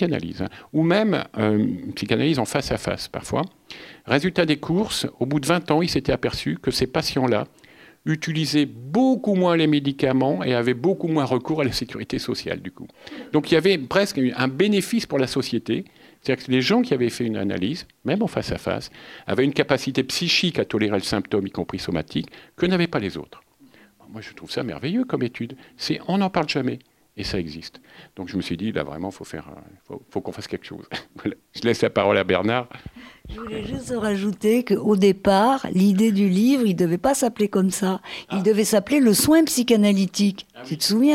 S3: ou même une psychanalyse en face à face, parfois, résultat des courses, au bout de 20 ans, ils s'étaient aperçus que ces patients-là utilisaient beaucoup moins les médicaments et avaient beaucoup moins recours à la sécurité sociale, du coup. Donc il y avait presque un bénéfice pour la société. C'est-à-dire que les gens qui avaient fait une analyse, même en face à face, avaient une capacité psychique à tolérer le symptôme, y compris somatique, que n'avaient pas les autres. Moi, je trouve ça merveilleux comme étude. On n'en parle jamais. Et ça existe. Donc je me suis dit, là vraiment, faut qu'on fasse quelque chose. Voilà. Je laisse la parole à Bernard.
S4: Je voulais juste rajouter qu'au départ, l'idée du livre, il ne devait pas s'appeler comme ça. Il devait s'appeler Le soin psychanalytique. Tu te souviens ?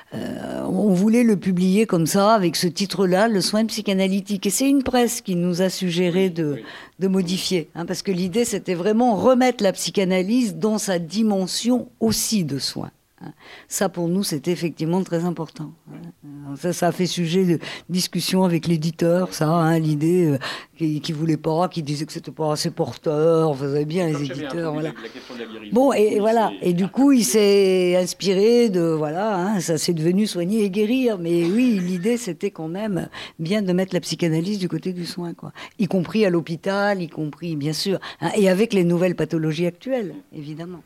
S4: On voulait le publier comme ça, avec ce titre-là, Le soin psychanalytique. Et c'est une presse qui nous a suggéré de modifier. Parce que l'idée, c'était vraiment remettre la psychanalyse dans sa dimension aussi de soin. Ça, pour nous, c'était effectivement très important. Ça a fait sujet de discussion avec l'éditeur, l'idée qui voulait pas, qui disait que c'était pas assez porteur, faisait bien les éditeurs. Voilà. Bon, et voilà. Et du coup, il s'est inspiré de, ça s'est devenu soigner et guérir. Mais oui, l'idée, c'était quand même bien de mettre la psychanalyse du côté du soin, quoi. Y compris à l'hôpital, y compris, bien sûr, et avec les nouvelles pathologies actuelles, évidemment.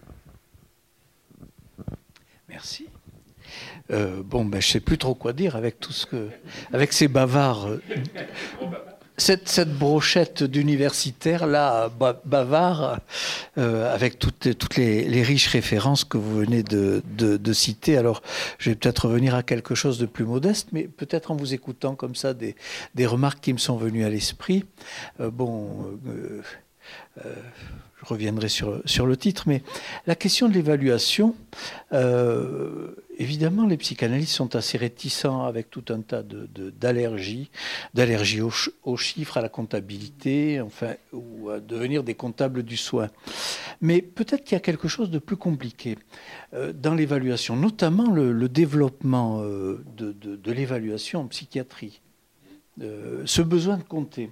S5: Merci. Je ne sais plus trop quoi dire avec avec ces bavards. Cette brochette d'universitaires là, bavard, avec toutes les riches références que vous venez de citer. Alors, je vais peut-être revenir à quelque chose de plus modeste, mais peut-être en vous écoutant comme ça des remarques qui me sont venues à l'esprit. Je reviendrai sur le titre, mais la question de l'évaluation, évidemment, les psychanalystes sont assez réticents avec tout un tas d'allergies aux chiffres, à la comptabilité, ou à devenir des comptables du soin. Mais peut-être qu'il y a quelque chose de plus compliqué dans l'évaluation, notamment le développement de l'évaluation en psychiatrie, ce besoin de compter.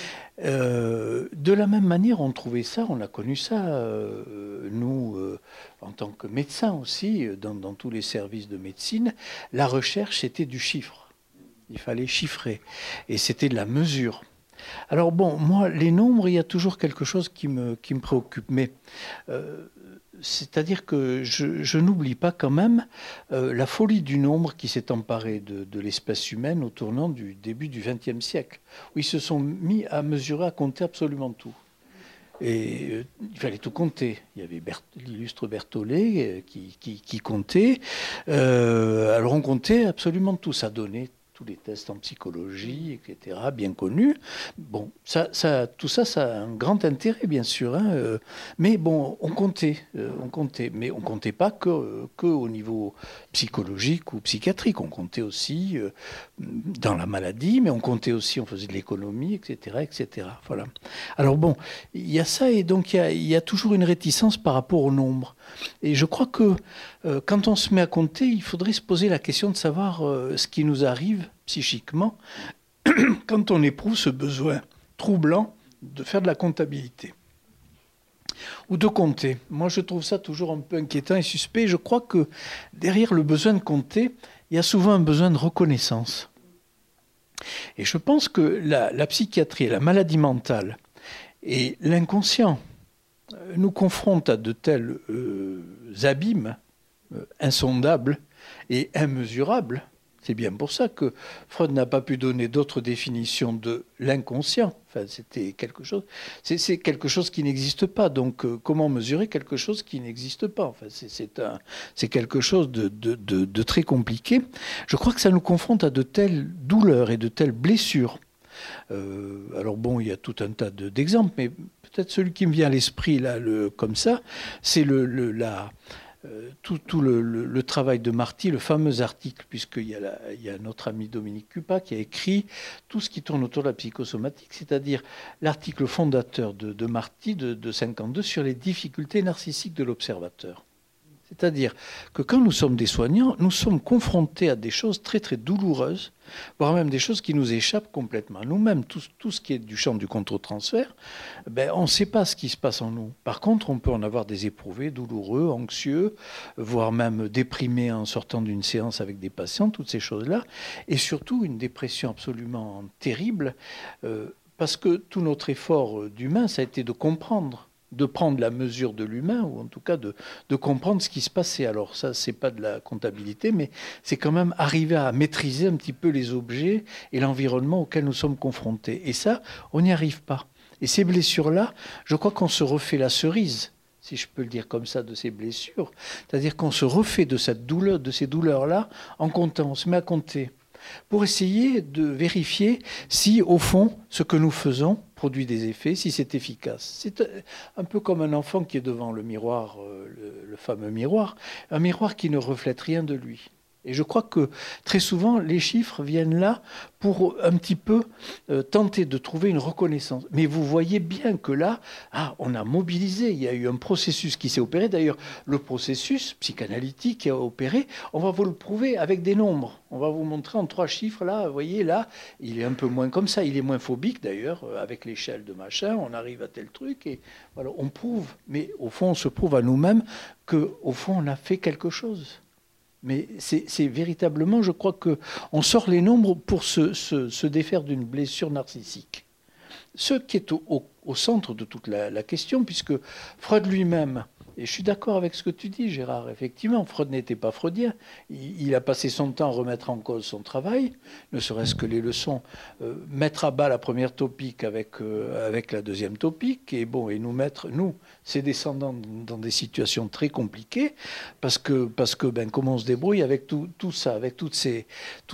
S5: De la même manière, on a connu ça, nous, en tant que médecins aussi, dans tous les services de médecine, la recherche, c'était du chiffre. Il fallait chiffrer. Et c'était de la mesure. Alors moi, les nombres, il y a toujours quelque chose qui me préoccupe. Mais c'est-à-dire que je n'oublie pas quand même la folie du nombre qui s'est emparée de l'espèce humaine au tournant du début du XXe siècle, où ils se sont mis à mesurer, à compter absolument tout. Et il fallait tout compter. Il y avait l'illustre Berthollet qui comptait. Alors on comptait absolument tout. Ça donnait tous les tests en psychologie, etc., bien connus. Bon, tout ça, ça a un grand intérêt, bien sûr. Mais bon, on comptait. Mais on comptait pas que au niveau psychologique ou psychiatrique. On comptait aussi dans la maladie, mais on comptait aussi, on faisait de l'économie, etc., etc. Voilà. Alors bon, il y a ça, et donc il y a toujours une réticence par rapport au nombre. Et je crois que quand on se met à compter, il faudrait se poser la question de savoir ce qui nous arrive psychiquement quand on éprouve ce besoin troublant de faire de la comptabilité ou de compter. Moi, je trouve ça toujours un peu inquiétant et suspect. Je crois que derrière le besoin de compter, il y a souvent un besoin de reconnaissance. Et je pense que la psychiatrie, la maladie mentale et l'inconscient nous confrontent à de tels abîmes insondables et immesurables, C'est bien pour ça que Freud n'a pas pu donner d'autres définitions de l'inconscient. Enfin, c'était quelque chose. C'est quelque chose qui n'existe pas. Donc, comment mesurer quelque chose qui n'existe pas? Enfin, c'est quelque chose de très compliqué. Je crois que ça nous confronte à de telles douleurs et de telles blessures. Alors bon, il y a tout un tas d'exemples, mais peut-être celui qui me vient à l'esprit là, comme ça, c'est tout le travail de Marty, le fameux article, puisqu'il y a notre ami Dominique Cupa qui a écrit tout ce qui tourne autour de la psychosomatique, c'est-à-dire l'article fondateur de Marty de 52 sur les difficultés narcissiques de l'observateur. C'est-à-dire que quand nous sommes des soignants, nous sommes confrontés à des choses très très douloureuses, voire même des choses qui nous échappent complètement. Nous-mêmes, tout ce qui est du champ du contre-transfert, on ne sait pas ce qui se passe en nous. Par contre, on peut en avoir des éprouvés, douloureux, anxieux, voire même déprimés en sortant d'une séance avec des patients, toutes ces choses-là. Et surtout, une dépression absolument terrible, parce que tout notre effort d'humain, ça a été de comprendre, de prendre la mesure de l'humain, ou en tout cas de comprendre ce qui se passait. Alors ça, c'est pas de la comptabilité, mais c'est quand même arriver à maîtriser un petit peu les objets et l'environnement auquel nous sommes confrontés. Et ça, on n'y arrive pas. Et ces blessures-là, je crois qu'on se refait la cerise, si je peux le dire comme ça, de ces blessures. C'est-à-dire qu'on se refait de cette douleur, de ces douleurs-là, en comptant, on se met à compter, pour essayer de vérifier si, au fond, ce que nous faisons produit des effets, si c'est efficace. C'est un peu comme un enfant qui est devant le miroir, le fameux miroir, un miroir qui ne reflète rien de lui. Et je crois que très souvent, les chiffres viennent là pour un petit peu tenter de trouver une reconnaissance. Mais vous voyez bien que là, on a mobilisé, il y a eu un processus qui s'est opéré. D'ailleurs, le processus psychanalytique qui a opéré, on va vous le prouver avec des nombres. On va vous montrer en 3 chiffres, là, vous voyez, là, il est un peu moins comme ça, il est moins phobique d'ailleurs, avec l'échelle de machin, on arrive à tel truc, et voilà, on prouve. Mais au fond, on se prouve à nous-mêmes qu'au fond, on a fait quelque chose. Mais c'est véritablement, je crois qu'on sort les nombres pour se défaire d'une blessure narcissique. Ce qui est au centre de toute la question, puisque Freud lui-même, et je suis d'accord avec ce que tu dis, Gérard, effectivement, Freud n'était pas freudien. Il a passé son temps à remettre en cause son travail, ne serait-ce que les leçons, mettre à bas la première topique avec la deuxième topique, et nous mettre, nous, ses descendants, dans des situations très compliquées, parce que comment on se débrouille avec tout ça, avec toutes ces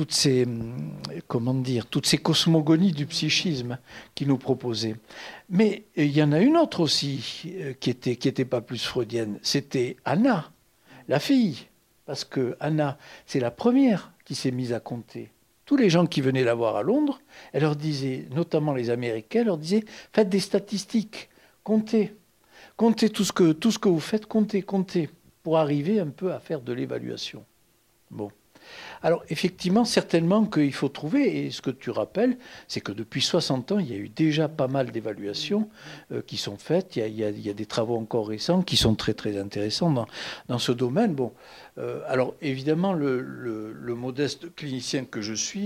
S5: cosmogonies du psychisme qu'il nous proposait. Mais il y en a une autre aussi qui était pas plus freudienne, c'était Anna, la fille. Parce que Anna, c'est la première qui s'est mise à compter. Tous les gens qui venaient la voir à Londres, elle leur disait, notamment les Américains, elle leur disait, faites des statistiques, comptez tout ce que vous faites, comptez, pour arriver un peu à faire de l'évaluation. Bon. Alors, effectivement, certainement qu'il faut trouver, et ce que tu rappelles, c'est que depuis 60 ans, il y a eu déjà pas mal d'évaluations qui sont faites. Il y a des travaux encore récents qui sont très, très intéressants dans ce domaine. Bon, alors, évidemment, le modeste clinicien que je suis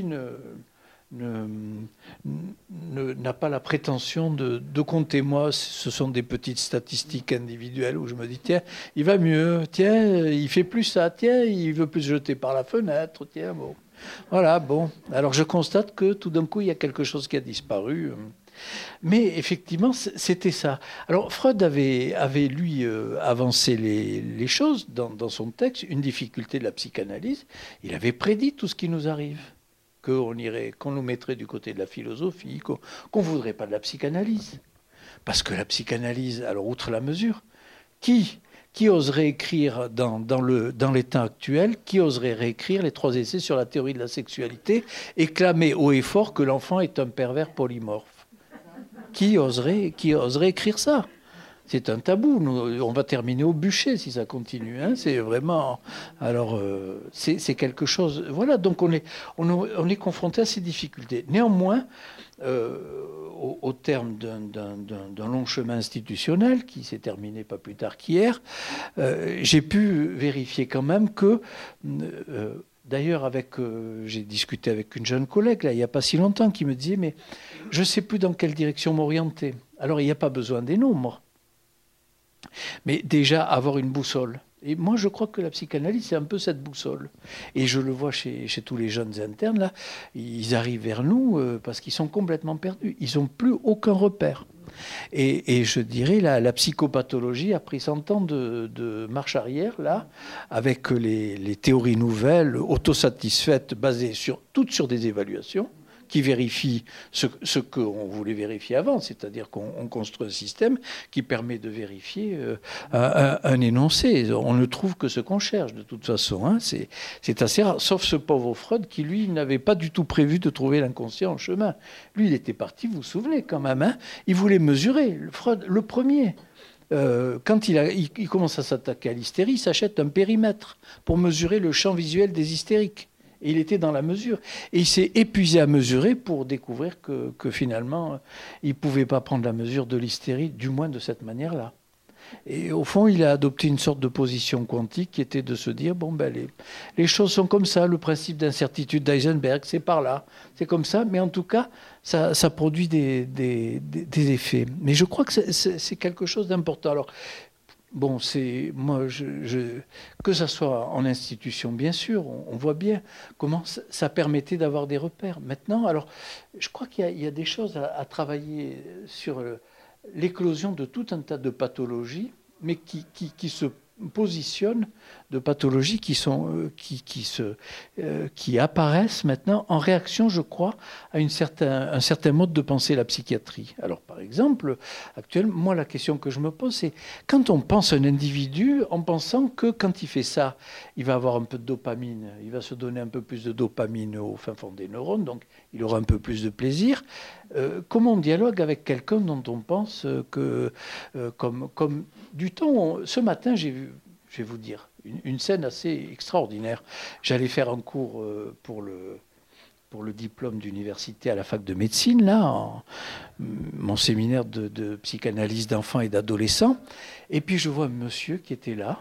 S5: n'a pas la prétention de compter. Moi, ce sont des petites statistiques individuelles où je me dis, tiens, il va mieux, tiens, il fait plus ça, tiens, il veut plus se jeter par la fenêtre, tiens, bon. Voilà, bon. Alors je constate que tout d'un coup, il y a quelque chose qui a disparu. Mais effectivement, c'était ça. Alors Freud avait lui, avancé les choses dans son texte, une difficulté de la psychanalyse. Il avait prédit tout ce qui nous arrive. Qu'on nous mettrait du côté de la philosophie, qu'on ne voudrait pas de la psychanalyse. Parce que la psychanalyse, alors outre la mesure, qui oserait écrire dans l'état actuel, qui oserait réécrire les 3 essais sur la théorie de la sexualité et clamer haut et fort que l'enfant est un pervers polymorphe? Qui oserait écrire ça? C'est un tabou. On va terminer au bûcher si ça continue. Hein. C'est vraiment. Alors, c'est quelque chose. Voilà. Donc, on est confronté à ces difficultés. Néanmoins, au terme d'un long chemin institutionnel qui s'est terminé pas plus tard qu'hier, j'ai pu vérifier quand même que. D'ailleurs, j'ai discuté avec une jeune collègue, là, il n'y a pas si longtemps, qui me disait, mais je ne sais plus dans quelle direction m'orienter. Alors, il n'y a pas besoin des nombres. Mais déjà, avoir une boussole. Et moi, je crois que la psychanalyse, c'est un peu cette boussole. Et je le vois chez tous les jeunes internes, là, ils arrivent vers nous parce qu'ils sont complètement perdus. Ils n'ont plus aucun repère. Et je dirais, la psychopathologie a pris 100 ans de marche arrière, là, avec les théories nouvelles, autosatisfaites, basées toutes sur des évaluations, qui vérifie ce qu'on voulait vérifier avant, c'est-à-dire qu'on construit un système qui permet de vérifier un énoncé. On ne trouve que ce qu'on cherche, de toute façon. Hein. C'est assez rare, sauf ce pauvre Freud qui, lui, n'avait pas du tout prévu de trouver l'inconscient en chemin. Lui, il était parti, vous vous souvenez quand même, hein, il voulait mesurer, Freud, le premier. Quand il commence à s'attaquer à l'hystérie, il s'achète un périmètre pour mesurer le champ visuel des hystériques. Et il était dans la mesure. Et il s'est épuisé à mesurer pour découvrir que finalement, il ne pouvait pas prendre la mesure de l'hystérie, du moins de cette manière-là. Et au fond, il a adopté une sorte de position quantique qui était de se dire, bon, ben, les choses sont comme ça, le principe d'incertitude d'Heisenberg, c'est par là, c'est comme ça, mais en tout cas, ça produit des effets. Mais je crois que c'est quelque chose d'important. Alors, bon, moi, que ça soit en institution, bien sûr, on voit bien comment ça permettait d'avoir des repères. Maintenant, alors, je crois qu'il y a des choses à travailler sur l'éclosion de tout un tas de pathologies, mais qui se positionnent, de pathologies qui apparaissent maintenant en réaction, je crois, à un certain mode de penser la psychiatrie. Alors, par exemple, actuellement, moi, la question que je me pose, c'est quand on pense un individu en pensant que quand il fait ça, il va avoir un peu de dopamine, il va se donner un peu plus de dopamine au fin fond des neurones, donc il aura un peu plus de plaisir. Comment on dialogue avec quelqu'un dont on pense que, comme du temps, ce matin, j'ai vu, je vais vous dire, une scène assez extraordinaire. J'allais faire un cours pour le diplôme d'université à la fac de médecine, là, mon séminaire de psychanalyse d'enfants et d'adolescents. Et puis je vois un monsieur qui était là,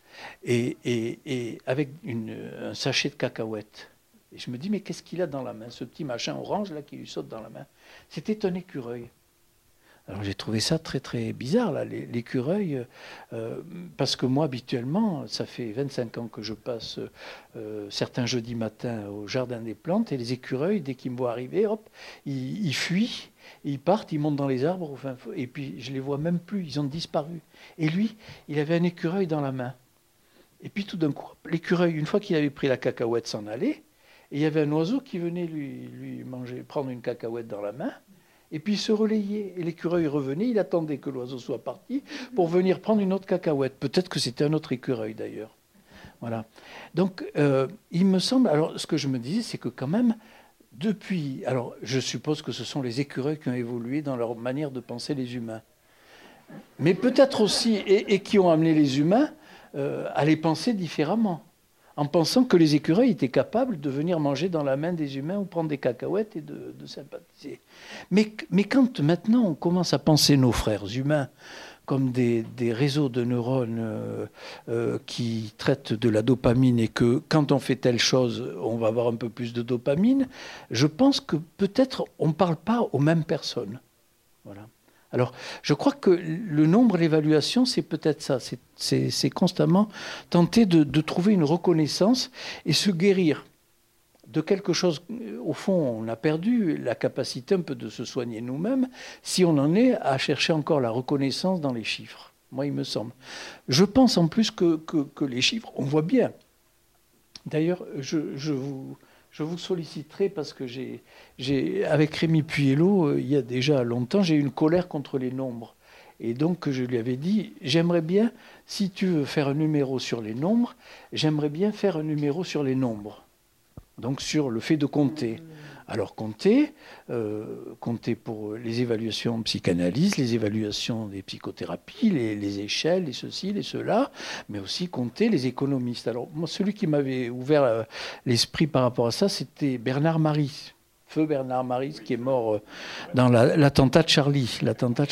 S5: et avec un sachet de cacahuètes. Et je me dis, mais qu'est-ce qu'il a dans la main, ce petit machin orange là qui lui saute dans la main? C'était un écureuil. Alors j'ai trouvé ça très très bizarre, là, l'écureuil, parce que moi habituellement, ça fait 25 ans que je passe certains jeudis matins au jardin des plantes, et les écureuils, dès qu'ils me voient arriver, hop, ils fuient, ils partent, ils montent dans les arbres, enfin, et puis je les vois même plus, ils ont disparu. Et lui, il avait un écureuil dans la main. Et puis tout d'un coup, l'écureuil, une fois qu'il avait pris la cacahuète, s'en allait, et il y avait un oiseau qui venait lui manger, prendre une cacahuète dans la main. Et puis il se relayait. Et l'écureuil revenait, il attendait que l'oiseau soit parti pour venir prendre une autre cacahuète. Peut-être que c'était un autre écureuil d'ailleurs. Voilà. Donc il me semble, alors ce que je me disais, c'est que quand même, depuis, alors je suppose que ce sont les écureuils qui ont évolué dans leur manière de penser les humains. Mais peut-être aussi, et qui ont amené les humains à les penser différemment. En pensant que les écureuils étaient capables de venir manger dans la main des humains ou prendre des cacahuètes et de sympathiser. Mais quand maintenant on commence à penser nos frères humains comme des réseaux de neurones qui traitent de la dopamine et que quand on fait telle chose, on va avoir un peu plus de dopamine, je pense que peut-être on ne parle pas aux mêmes personnes. Voilà. Alors, je crois que le nombre, l'évaluation, c'est peut-être ça. C'est constamment tenter de trouver une reconnaissance et se guérir de quelque chose. Au fond, on a perdu la capacité un peu de se soigner nous-mêmes si on en est à chercher encore la reconnaissance dans les chiffres. Moi, il me semble. Je pense en plus que les chiffres, on voit bien. D'ailleurs, je vous solliciterai parce que avec Rémi Puello, il y a déjà longtemps, j'ai eu une colère contre les nombres. Et donc, je lui avais dit, j'aimerais bien, si tu veux faire un numéro sur les nombres, j'aimerais bien faire un numéro sur les nombres. Donc, sur le fait de compter. Alors, compter pour les évaluations en psychanalyse, les évaluations des psychothérapies, les échelles, les ceci, les cela, mais aussi compter les économistes. Alors, moi, celui qui m'avait ouvert l'esprit par rapport à ça, c'était Bernard Maris. Feu Bernard Maris, qui est mort dans l'attentat de Charlie.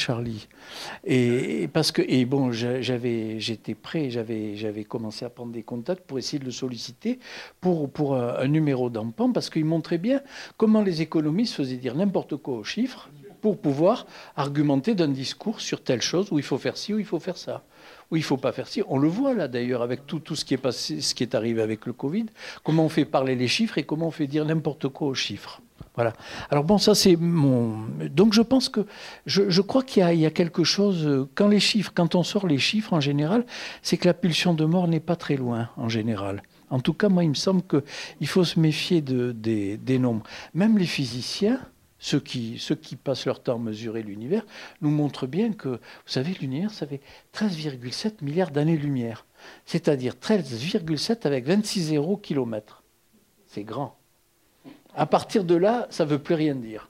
S5: Et bon, j'étais prêt, j'avais commencé à prendre des contacts pour essayer de le solliciter pour un numéro d'empan, parce qu'il montrait bien comment les économistes faisaient dire n'importe quoi aux chiffres, pour pouvoir argumenter d'un discours sur telle chose où il faut faire ci, où il faut faire ça, où il ne faut pas faire ci. On le voit là d'ailleurs avec tout ce qui est passé, ce qui est arrivé avec le Covid, comment on fait parler les chiffres et comment on fait dire n'importe quoi aux chiffres. Voilà. Alors bon, ça c'est mon... Donc je pense que... Je crois qu'il y a quelque chose... Quand on sort les chiffres en général, c'est que la pulsion de mort n'est pas très loin en général. En tout cas, moi, il me semble qu'il faut se méfier des nombres. Même les physiciens, ceux qui passent leur temps à mesurer l'univers, nous montrent bien que, vous savez, l'univers, ça fait 13,7 milliards d'années-lumière. C'est-à-dire 13,7 avec 26 zéros kilomètres. C'est grand. À partir de là, ça ne veut plus rien dire.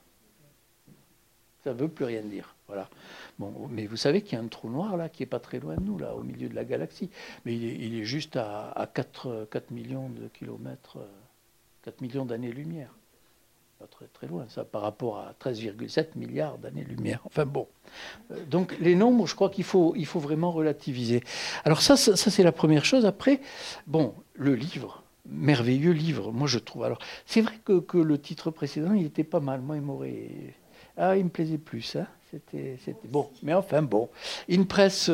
S5: Ça ne veut plus rien dire. Voilà. Bon, mais vous savez qu'il y a un trou noir là qui n'est pas très loin de nous, là, au milieu de la galaxie. Mais il est juste à 4 millions de kilomètres, 4 millions d'années-lumière. Pas très, très loin, ça, par rapport à 13,7 milliards d'années-lumière. Enfin bon. Donc les nombres, je crois qu'il faut vraiment relativiser. Alors ça c'est la première chose. Après, bon, le livre. Merveilleux livre, moi je trouve. Alors, c'est vrai que le titre précédent, il était pas mal. Moi, il me plaisait plus. Hein. C'était bon. Mais enfin, bon. InPress,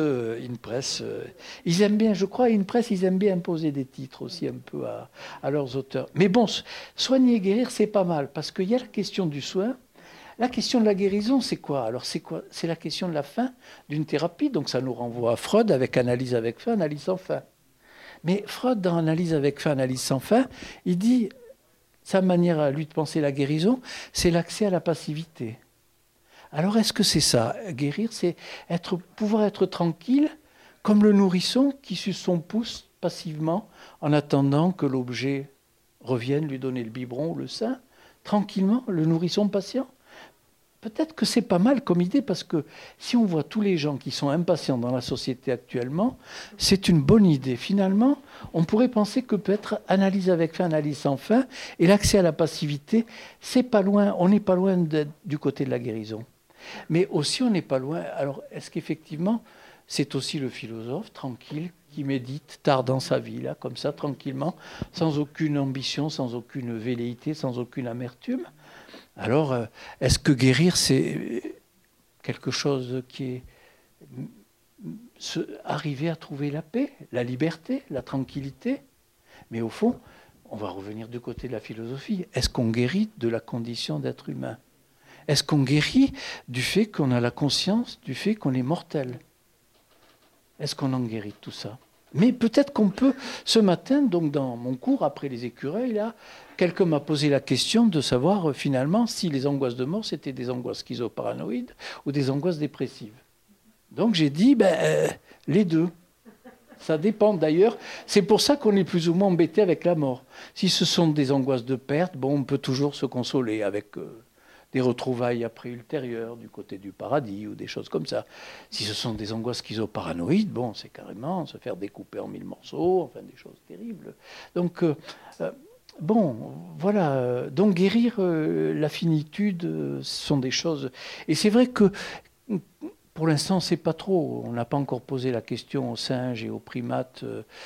S5: ils aiment bien, je crois, InPress, ils aiment bien imposer des titres aussi un peu à leurs auteurs. Mais bon, soigner et guérir, c'est pas mal. Parce qu'il y a la question du soin. La question de la guérison, c'est quoi? Alors, c'est quoi? C'est la question de la fin d'une thérapie. Donc, ça nous renvoie à Freud avec analyse avec fin, analyse sans fin. Mais Freud, dans Analyse avec fin, analyse sans fin, il dit, sa manière à lui de penser la guérison, c'est l'accès à la passivité. Alors est-ce que c'est ça? Guérir, c'est pouvoir être tranquille, comme le nourrisson qui suce son pouce passivement, en attendant que l'objet revienne lui donner le biberon ou le sein, tranquillement, le nourrisson patient. Peut-être que c'est pas mal comme idée, parce que si on voit tous les gens qui sont impatients dans la société actuellement, c'est une bonne idée. Finalement, on pourrait penser que peut-être analyse avec fin, analyse sans fin, et l'accès à la passivité, c'est pas loin, on n'est pas loin du côté de la guérison. Mais aussi, on n'est pas loin. Alors, est-ce qu'effectivement, c'est aussi le philosophe tranquille qui médite tard dans sa vie, là, comme ça, tranquillement, sans aucune ambition, sans aucune velléité, sans aucune amertume? Alors, est-ce que guérir, c'est quelque chose qui est arriver à trouver la paix, la liberté, la tranquillité? Mais au fond, on va revenir du côté de la philosophie. Est-ce qu'on guérit de la condition d'être humain? Est-ce qu'on guérit du fait qu'on a la conscience, du fait qu'on est mortel? Est-ce qu'on en guérit tout ça? Mais peut-être qu'on peut, ce matin, donc dans mon cours, après les écureuils, là, quelqu'un m'a posé la question de savoir finalement si les angoisses de mort, c'était des angoisses schizoparanoïdes ou des angoisses dépressives. Donc j'ai dit, les deux. Ça dépend d'ailleurs. C'est pour ça qu'on est plus ou moins embêté avec la mort. Si ce sont des angoisses de perte, bon, on peut toujours se consoler avec des retrouvailles après ultérieures du côté du paradis ou des choses comme ça. Si ce sont des angoisses schizoparanoïdes, bon, c'est carrément se faire découper en 1000 morceaux, enfin des choses terribles. Donc, bon, voilà. Donc guérir la finitude, ce sont des choses... Et c'est vrai que pour l'instant, c'est pas trop. On n'a pas encore posé la question aux singes et aux primates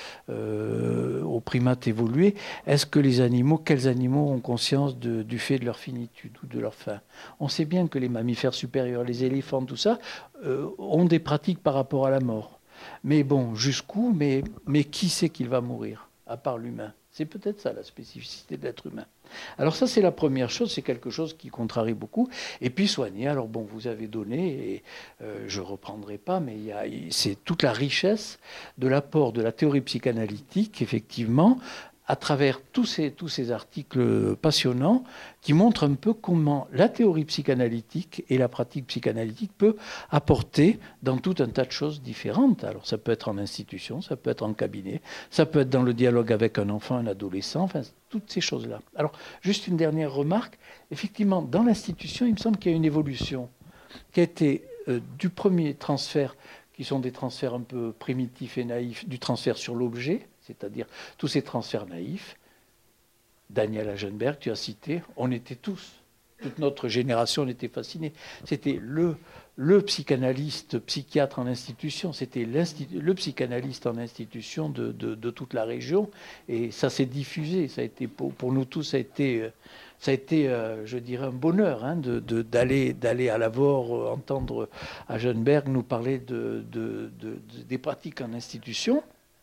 S5: évolués. Est-ce que les animaux, quels animaux ont conscience du fait de leur finitude ou de leur fin? On sait bien que les mammifères supérieurs, les éléphants, tout ça, ont des pratiques par rapport à la mort. Mais bon, jusqu'où? Mais qui sait qu'il va mourir, à part l'humain? C'est peut-être ça la spécificité de l'être humain. Alors ça, c'est la première chose, c'est quelque chose qui contrarie beaucoup. Et puis soigner, alors bon, vous avez donné, et je ne reprendrai pas, mais c'est toute la richesse de l'apport de la théorie psychanalytique, effectivement, à travers tous ces articles passionnants qui montrent un peu comment la théorie psychanalytique et la pratique psychanalytique peut apporter dans tout un tas de choses différentes. Alors ça peut être en institution, ça peut être en cabinet, ça peut être dans le dialogue avec un enfant, un adolescent, enfin toutes ces choses-là. Alors juste une dernière remarque, effectivement dans l'institution il me semble qu'il y a une évolution qui a été du premier transfert, qui sont des transferts un peu primitifs et naïfs, du transfert sur l'objet, c'est-à-dire tous ces transferts naïfs. Daniel Agenberg, tu as cité, on était tous toute notre génération en était fascinée. C'était le psychanalyste, psychiatre en institution, c'était le psychanalyste en institution de toute la région, et ça s'est diffusé. Ça a été pour nous tous, ça a été, je dirais, un bonheur d'aller à Lavore, entendre à Jeunberg nous parler des pratiques en institution.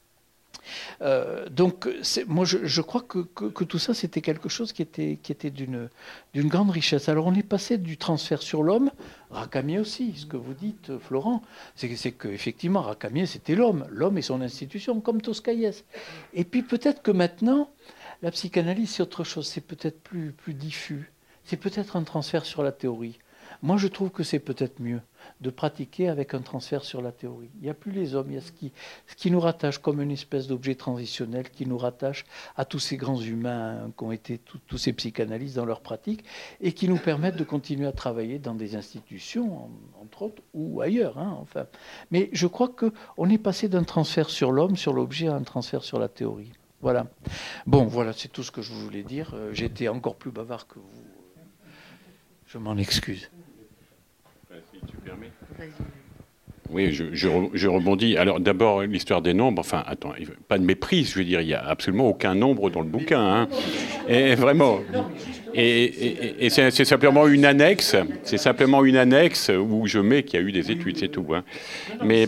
S5: Donc, moi, je crois que tout ça, c'était quelque chose qui était d'une grande richesse. Alors, on est passé du transfert sur l'homme, Racamier aussi, ce que vous dites, Florent, c'est qu'effectivement, Racamier, c'était l'homme et son institution, comme Toscaïès. Et puis, peut-être que maintenant, la psychanalyse, c'est autre chose, c'est peut-être plus diffus, c'est peut-être un transfert sur la théorie. Moi, je trouve que c'est peut-être mieux de pratiquer avec un transfert sur la théorie. Il n'y a plus les hommes, il y a ce qui nous rattache comme une espèce d'objet transitionnel qui nous rattache à tous ces grands humains qui ont été tous ces psychanalystes dans leur pratique et qui nous permettent de continuer à travailler dans des institutions, entre autres, ou ailleurs. Enfin. Mais je crois qu'on est passé d'un transfert sur l'homme, sur l'objet, à un transfert sur la théorie. Voilà. Bon, voilà, c'est tout ce que je voulais dire. J'ai été encore plus bavard que vous. Je m'en excuse.
S3: Si tu permets. Oui, je rebondis. Alors d'abord, l'histoire des nombres, enfin, attends, pas de méprise, je veux dire, il n'y a absolument aucun nombre dans le bouquin. Hein. Et vraiment. Et c'est simplement une annexe, où je mets qu'il y a eu des études, c'est tout. Hein. Mais,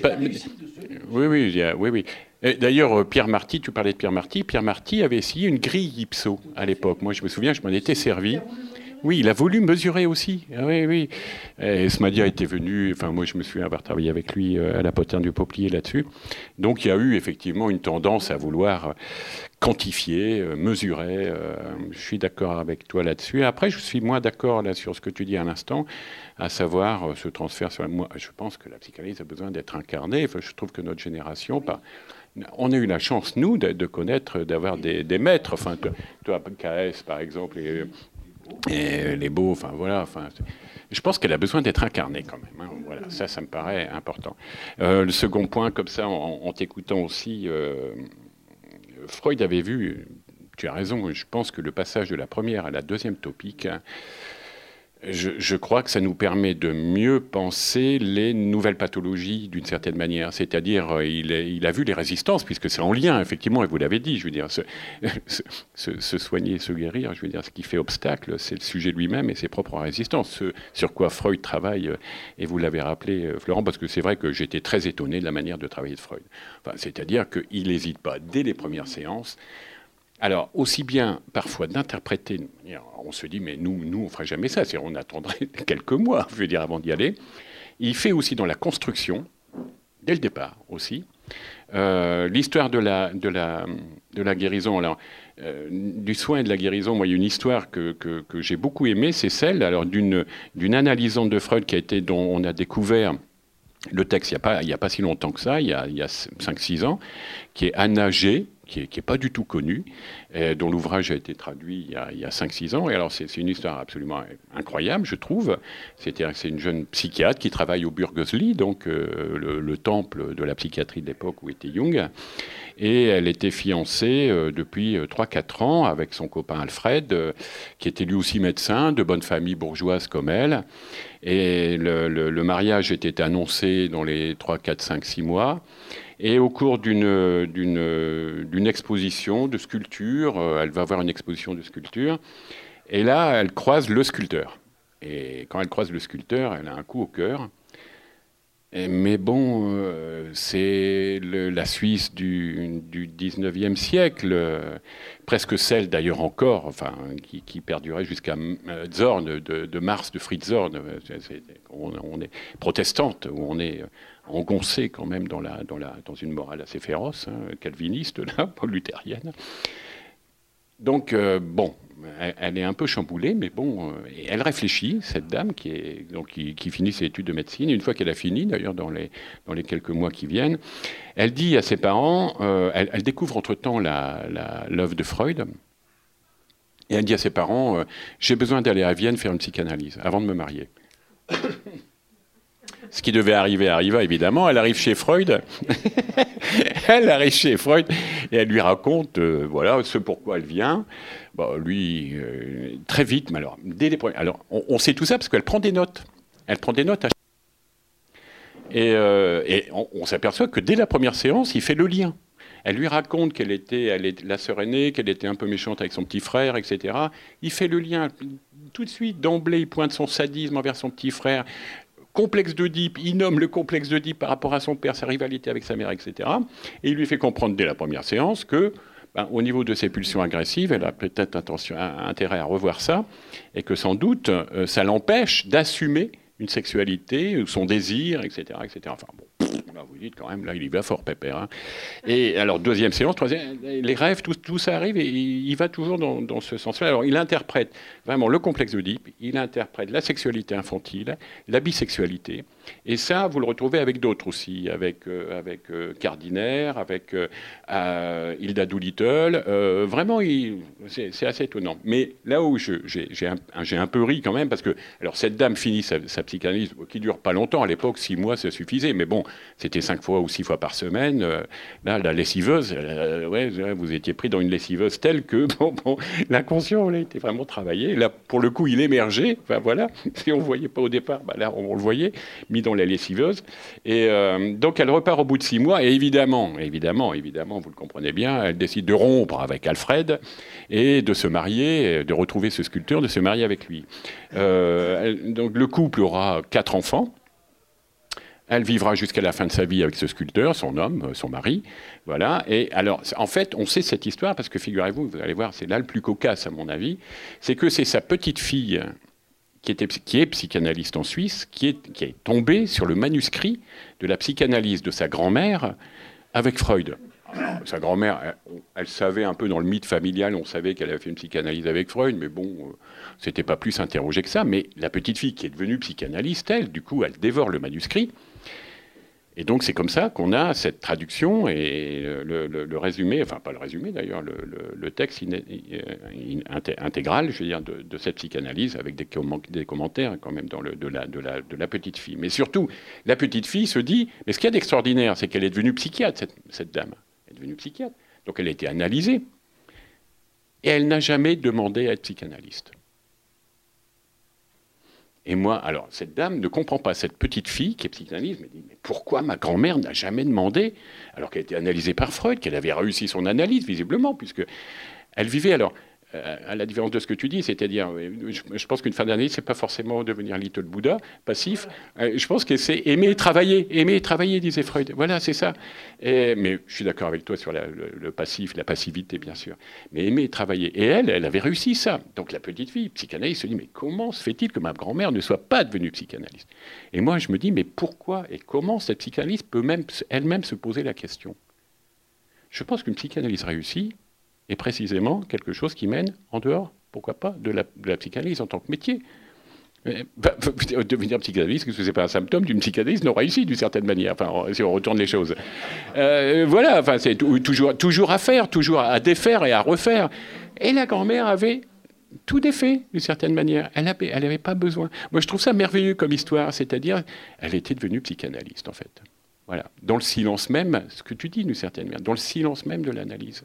S3: oui. D'ailleurs, Pierre Marty, tu parlais de Pierre Marty. Pierre Marty avait essayé une grille Ipso à l'époque. Moi, je me souviens, je m'en étais servi. Oui, il a voulu mesurer aussi. Oui. Et Smadia était venu, enfin moi je me souviens avoir travaillé avec lui à la Poterne du Poplier là-dessus. Donc il y a eu effectivement une tendance à vouloir quantifier, mesurer. Je suis d'accord avec toi là-dessus. Après, je suis moins d'accord là sur ce que tu dis à l'instant, à savoir ce transfert sur moi. Je pense que la psychanalyse a besoin d'être incarnée. Enfin, je trouve que notre génération, on a eu la chance, nous, de connaître, d'avoir des maîtres. Enfin, toi KS, par exemple, et les beaux, enfin voilà. Je pense qu'elle a besoin d'être incarnée quand même. Hein, voilà, ça me paraît important. Le second point, comme ça, en t'écoutant aussi, Freud avait vu, tu as raison, je pense que le passage de la première à la deuxième topique, je crois que ça nous permet de mieux penser les nouvelles pathologies d'une certaine manière. C'est-à-dire, il a vu les résistances, puisque c'est en lien, effectivement, et vous l'avez dit, je veux dire, se soigner, se guérir, je veux dire, ce qui fait obstacle, c'est le sujet lui-même et ses propres résistances. Ce sur quoi Freud travaille, et vous l'avez rappelé, Florent, parce que c'est vrai que j'étais très étonné de la manière de travailler de Freud. Enfin, c'est-à-dire qu'il n'hésite pas, dès les premières séances, alors, aussi bien parfois d'interpréter, on se dit, mais nous on ne ferait jamais ça, on attendrait quelques mois, je veux dire, avant d'y aller. Il fait aussi dans la construction, dès le départ aussi, l'histoire de la guérison. Alors, du soin et de la guérison, moi, il y a une histoire que j'ai beaucoup aimée, c'est celle d'une analysante de Freud dont on a découvert le texte il n'y a pas si longtemps que ça, il y a 5-6 ans, qui est Anna G., qui est pas du tout connue, dont l'ouvrage a été traduit il y a 5-6 ans. Et alors, c'est une histoire absolument incroyable, je trouve. C'est une jeune psychiatre qui travaille au Burgosli, donc le temple de la psychiatrie de l'époque où était Jung. Et elle était fiancée depuis 3-4 ans avec son copain Alfred, qui était lui aussi médecin, de bonne famille bourgeoise comme elle. Et le mariage était annoncé dans les 3, 4, 5, 6 mois. Et au cours d'une exposition de sculpture, elle va voir une exposition de sculpture, et là, elle croise le sculpteur. Et quand elle croise le sculpteur, elle a un coup au cœur. Mais bon, c'est la Suisse du 19e siècle, presque celle d'ailleurs encore, enfin, qui perdurait jusqu'à Zorn, de Mars, de Fritz Zorn. On est protestante, où on est engoncé quand même dans une morale assez féroce, hein, calviniste, là, luthérienne. Donc, bon, elle est un peu chamboulée, mais bon, elle réfléchit, cette dame qui finit ses études de médecine. Et une fois qu'elle a fini, d'ailleurs, dans les quelques mois qui viennent, elle dit à ses parents, elle découvre entre-temps l'œuvre de Freud, et elle dit à ses parents, j'ai besoin d'aller à Vienne faire une psychanalyse avant de me marier. Ce qui devait arriver arriva, évidemment. Elle arrive chez Freud. Et elle lui raconte voilà, ce pourquoi elle vient. Bon, lui, très vite, mais alors, dès les premiers, alors on sait tout ça parce qu'elle prend des notes. Elle prend des notes à... Et on s'aperçoit que dès la première séance, il fait le lien. Elle lui raconte qu'elle était la sœur aînée, qu'elle était un peu méchante avec son petit frère, etc. Il fait le lien. Tout de suite, d'emblée, il pointe son sadisme envers son petit frère. Complexe d'Oedipe, il nomme le complexe d'Oedipe par rapport à son père, sa rivalité avec sa mère, etc. Et il lui fait comprendre dès la première séance que, au niveau de ses pulsions agressives, elle a peut-être intérêt à revoir ça, et que sans doute, ça l'empêche d'assumer une sexualité, son désir, etc., etc. Enfin bon, là vous dites quand même, là il y va fort, Pépère. Hein. Et alors deuxième séance, troisième, les rêves, tout ça arrive et il va toujours dans ce sens-là. Alors il interprète vraiment le complexe d'Oedipe, il interprète la sexualité infantile, la bisexualité, et ça vous le retrouvez avec d'autres aussi, avec Cardiner, avec Hilda Doolittle. Vraiment, c'est assez étonnant. Mais là où j'ai un peu ri quand même, parce que alors cette dame finit sa psychanalyse qui dure pas longtemps. À l'époque, 6 mois, ça suffisait. Mais bon, c'était 5 fois ou 6 fois par semaine. Là, la lessiveuse, ouais, vous étiez pris dans une lessiveuse telle que l'inconscient là, était vraiment travaillé. Là, pour le coup, il émergeait. Enfin, voilà. Si on ne voyait pas au départ, là, on le voyait, mis dans la lessiveuse. Et donc, elle repart au bout de 6 mois. Et évidemment, vous le comprenez bien, elle décide de rompre avec Alfred et de se marier, de retrouver ce sculpteur, de se marier avec lui. Donc, le couple aura 4 enfants. Elle vivra jusqu'à la fin de sa vie avec ce sculpteur, son homme, son mari. Voilà. Et alors, en fait, on sait cette histoire parce que, figurez-vous, vous allez voir, c'est là le plus cocasse, à mon avis, c'est que c'est sa petite fille qui est psychanalyste en Suisse, qui est tombée sur le manuscrit de la psychanalyse de sa grand-mère avec Freud. Alors, sa grand-mère, elle savait un peu dans le mythe familial, on savait qu'elle avait fait une psychanalyse avec Freud, mais bon, c'était pas plus interrogé que ça. Mais la petite fille qui est devenue psychanalyste, elle, du coup, elle dévore le manuscrit. Et donc, c'est comme ça qu'on a cette traduction et le résumé, enfin, pas le résumé d'ailleurs, le texte intégral, je veux dire, de cette psychanalyse, avec des commentaires quand même de la petite fille. Mais surtout, la petite fille se dit, mais ce qu'il y a d'extraordinaire, c'est qu'elle est devenue psychiatre, cette dame. Elle est devenue psychiatre. Donc, elle a été analysée. Et elle n'a jamais demandé à être psychanalyste. Et moi, alors, cette dame ne comprend pas. Cette petite fille qui est psychanalyste me dit, mais pourquoi ma grand-mère n'a jamais demandé, alors qu'elle a été analysée par Freud, qu'elle avait réussi son analyse, visiblement, puisque elle vivait, alors, à la différence de ce que tu dis, c'est-à-dire, je pense qu'une fin d'année, c'est pas forcément devenir Little Buddha, passif. Je pense que c'est aimer et travailler, disait Freud. Voilà, c'est ça. Mais je suis d'accord avec toi sur le passif, la passivité, bien sûr. Mais aimer et travailler. Et elle avait réussi ça. Donc la petite fille, psychanalyste, se dit, mais comment se fait-il que ma grand-mère ne soit pas devenue psychanalyste? Et moi, je me dis, mais pourquoi et comment cette psychanalyste peut elle-même se poser la question? Je pense qu'une psychanalyse réussie, et précisément quelque chose qui mène en dehors, pourquoi pas, de la psychanalyse en tant que métier. Devenir psychanalyste, qu'est-ce que c'est pas un symptôme d'une psychanalyse non réussie, d'une certaine manière, enfin, si on retourne les choses. Voilà, enfin, c'est toujours à faire, toujours à défaire et à refaire. Et la grand-mère avait tout défait, d'une certaine manière. Elle n'avait pas besoin. Moi, je trouve ça merveilleux comme histoire, c'est-à-dire, elle était devenue psychanalyste, en fait. Voilà. Dans le silence même, ce que tu dis, d'une certaine manière, dans le silence même de l'analyse.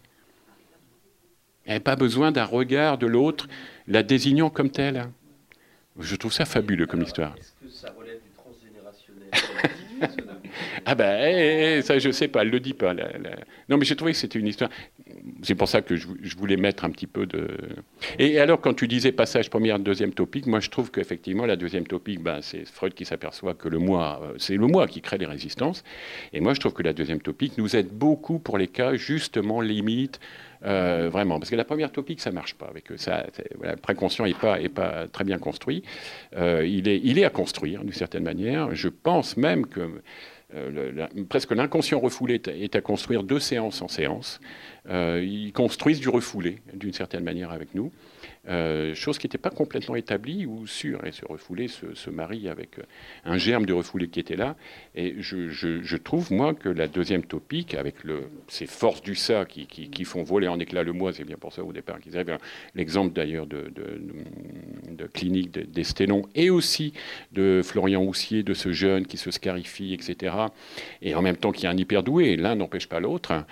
S3: Elle n'avait pas besoin d'un regard de l'autre, la désignant comme telle. Je trouve ça fabuleux comme histoire.
S2: Est-ce que ça relève du transgénérationnel?
S3: Ah ben, ça je sais pas, elle le dit pas. Non, mais j'ai trouvé que c'était une histoire. C'est pour ça que je voulais mettre un petit peu de... Et alors, quand tu disais passage première, deuxième topic, moi je trouve qu'effectivement, la deuxième topic, c'est Freud qui s'aperçoit que le moi, c'est le moi qui crée les résistances. Et moi je trouve que la deuxième topic nous aide beaucoup pour les cas, justement, limite, vraiment. Parce que la première topic, ça marche pas avec eux. Voilà, le préconscient n'est pas très bien construit. Il est à construire, d'une certaine manière. Je pense même que... presque l'inconscient refoulé est à construire de séance en séance. Ils construisent du refoulé, d'une certaine manière, avec nous. Chose qui n'était pas complètement établie ou sûre. Et ce refoulé se marie avec un germe de refoulé qui était là. Et je trouve, moi, que la deuxième topique, avec ces forces du ça qui font voler en éclats le moi, c'est bien pour ça au départ qu'ils arrivent. L'exemple d'ailleurs clinique d'Esténon et aussi de Florian Houssier, de ce jeune qui se scarifie, etc. Et en même temps qu'il y a un hyper-doué, l'un n'empêche pas l'autre,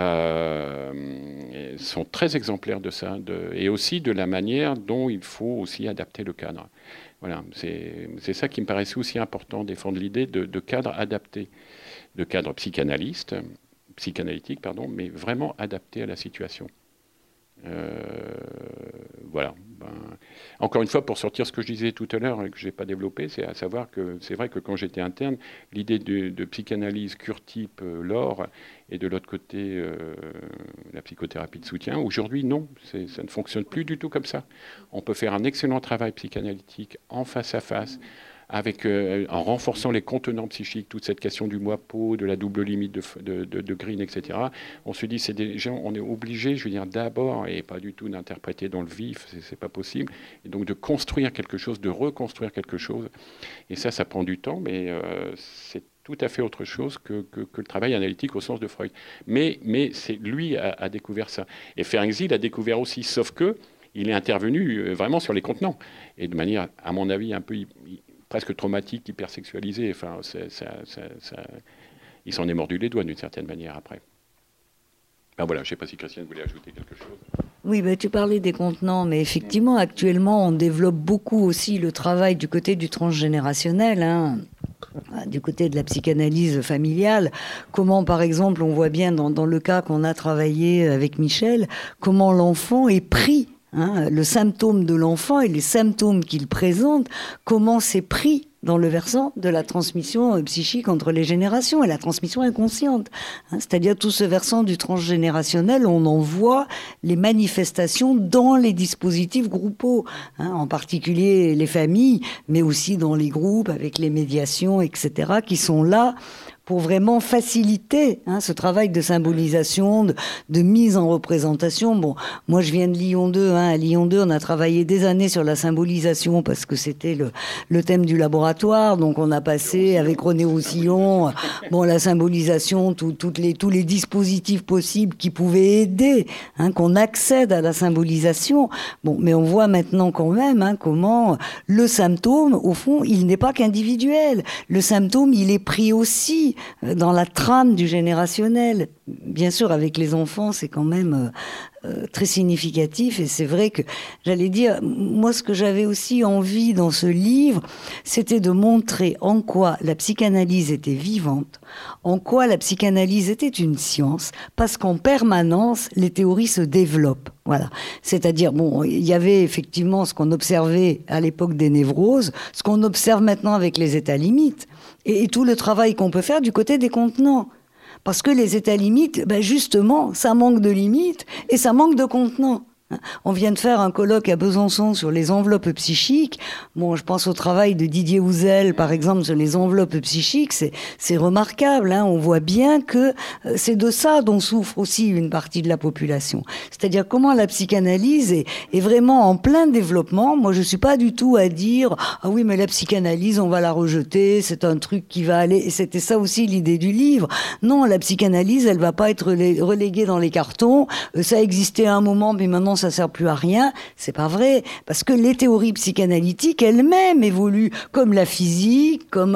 S3: sont très exemplaires de ça, et aussi de la manière dont il faut aussi adapter le cadre. Voilà, c'est ça qui me paraissait aussi important, défendre l'idée de cadre adapté, de cadre psychanalytique, mais vraiment adapté à la situation. Voilà. Encore une fois, pour sortir ce que je disais tout à l'heure et que je n'ai pas développé, c'est à savoir que c'est vrai que quand j'étais interne, l'idée de psychanalyse cure-type Laure et de l'autre côté la psychothérapie de soutien, aujourd'hui non, ça ne fonctionne plus du tout comme ça. On peut faire un excellent travail psychanalytique en face à face, en renforçant les contenants psychiques, toute cette question du moi-peau, de la double limite de Green, etc. On se dit, c'est des gens, on est obligé, je veux dire, d'abord, et pas du tout d'interpréter dans le vif, c'est pas possible, et donc de construire quelque chose, de reconstruire quelque chose. Et ça prend du temps, mais c'est tout à fait autre chose que le travail analytique au sens de Freud. Mais c'est lui a découvert ça. Et Ferenczi l'a découvert aussi, sauf que il est intervenu vraiment sur les contenants, et de manière, à mon avis, un peu presque traumatique, hypersexualisé. Enfin, il s'en est mordu les doigts d'une certaine manière après. Ben voilà, je ne sais pas si Christiane voulait ajouter quelque chose.
S4: Oui, tu parlais des contenants, mais effectivement, actuellement, on développe beaucoup aussi le travail du côté du transgénérationnel, du côté de la psychanalyse familiale. Comment, par exemple, on voit bien dans le cas qu'on a travaillé avec Michel, comment l'enfant est pris. Le symptôme de l'enfant et les symptômes qu'il présente, comment c'est pris dans le versant de la transmission psychique entre les générations et la transmission inconsciente. C'est-à-dire tout ce versant du transgénérationnel, on en voit les manifestations dans les dispositifs groupaux, en particulier les familles, mais aussi dans les groupes avec les médiations, etc., qui sont là pour vraiment faciliter ce travail de symbolisation, de mise en représentation. Bon, moi je viens de Lyon 2. À Lyon 2, on a travaillé des années sur la symbolisation parce que c'était le thème du laboratoire. Donc on a passé avec René Roussillon, la symbolisation, tous les dispositifs possibles qui pouvaient aider, qu'on accède à la symbolisation. Bon, mais on voit maintenant quand même comment le symptôme, au fond, il n'est pas qu'individuel. Le symptôme, il est pris aussi dans la trame du générationnel. Bien sûr, avec les enfants, c'est quand même très significatif. Et c'est vrai que, j'allais dire, moi, ce que j'avais aussi envie dans ce livre, c'était de montrer en quoi la psychanalyse était vivante, en quoi la psychanalyse était une science, parce qu'en permanence, les théories se développent. Voilà. C'est-à-dire, il y avait effectivement ce qu'on observait à l'époque des névroses, ce qu'on observe maintenant avec les états limites, et tout le travail qu'on peut faire du côté des contenants. Parce que les états limites, justement, ça manque de limites et ça manque de contenants. On vient de faire un colloque à Besançon sur les enveloppes psychiques. Je pense au travail de Didier Houzel, par exemple, sur les enveloppes psychiques. C'est remarquable. On voit bien que c'est de ça dont souffre aussi une partie de la population. C'est-à-dire comment la psychanalyse est vraiment en plein développement. Moi, je suis pas du tout à dire « Ah oui, mais la psychanalyse, on va la rejeter, c'est un truc qui va aller... » Et c'était ça aussi l'idée du livre. Non, la psychanalyse, elle va pas être reléguée dans les cartons. Ça existait à un moment, mais maintenant, ça sert plus à rien. C'est pas vrai, parce que les théories psychanalytiques elles-mêmes évoluent, comme la physique, comme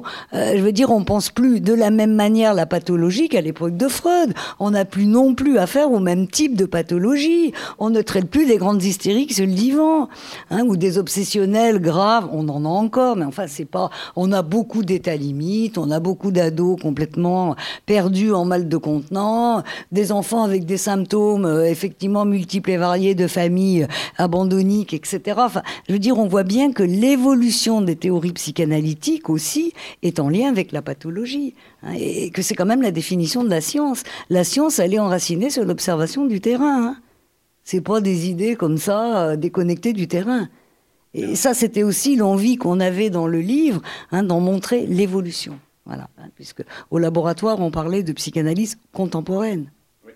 S4: je veux dire, on pense plus de la même manière la pathologie qu'à l'époque de Freud. On n'a plus non plus affaire au même type de pathologie. On ne traite plus des grandes hystériques sur le divan, ou des obsessionnels graves. On en a encore, mais enfin c'est pas. On a beaucoup d'états limites, on a beaucoup d'ados complètement perdus en mal de contenant, des enfants avec des symptômes effectivement multiples et variés de familles abandonniques, etc. Enfin, je veux dire, on voit bien que l'évolution des théories psychanalytiques aussi est en lien avec la pathologie, et que c'est quand même la définition de la science. La science, elle est enracinée sur l'observation du terrain. C'est pas des idées comme ça déconnectées du terrain. Et ça, c'était aussi l'envie qu'on avait dans le livre, d'en montrer l'évolution. Voilà, puisque au laboratoire, on parlait de psychanalyse contemporaine.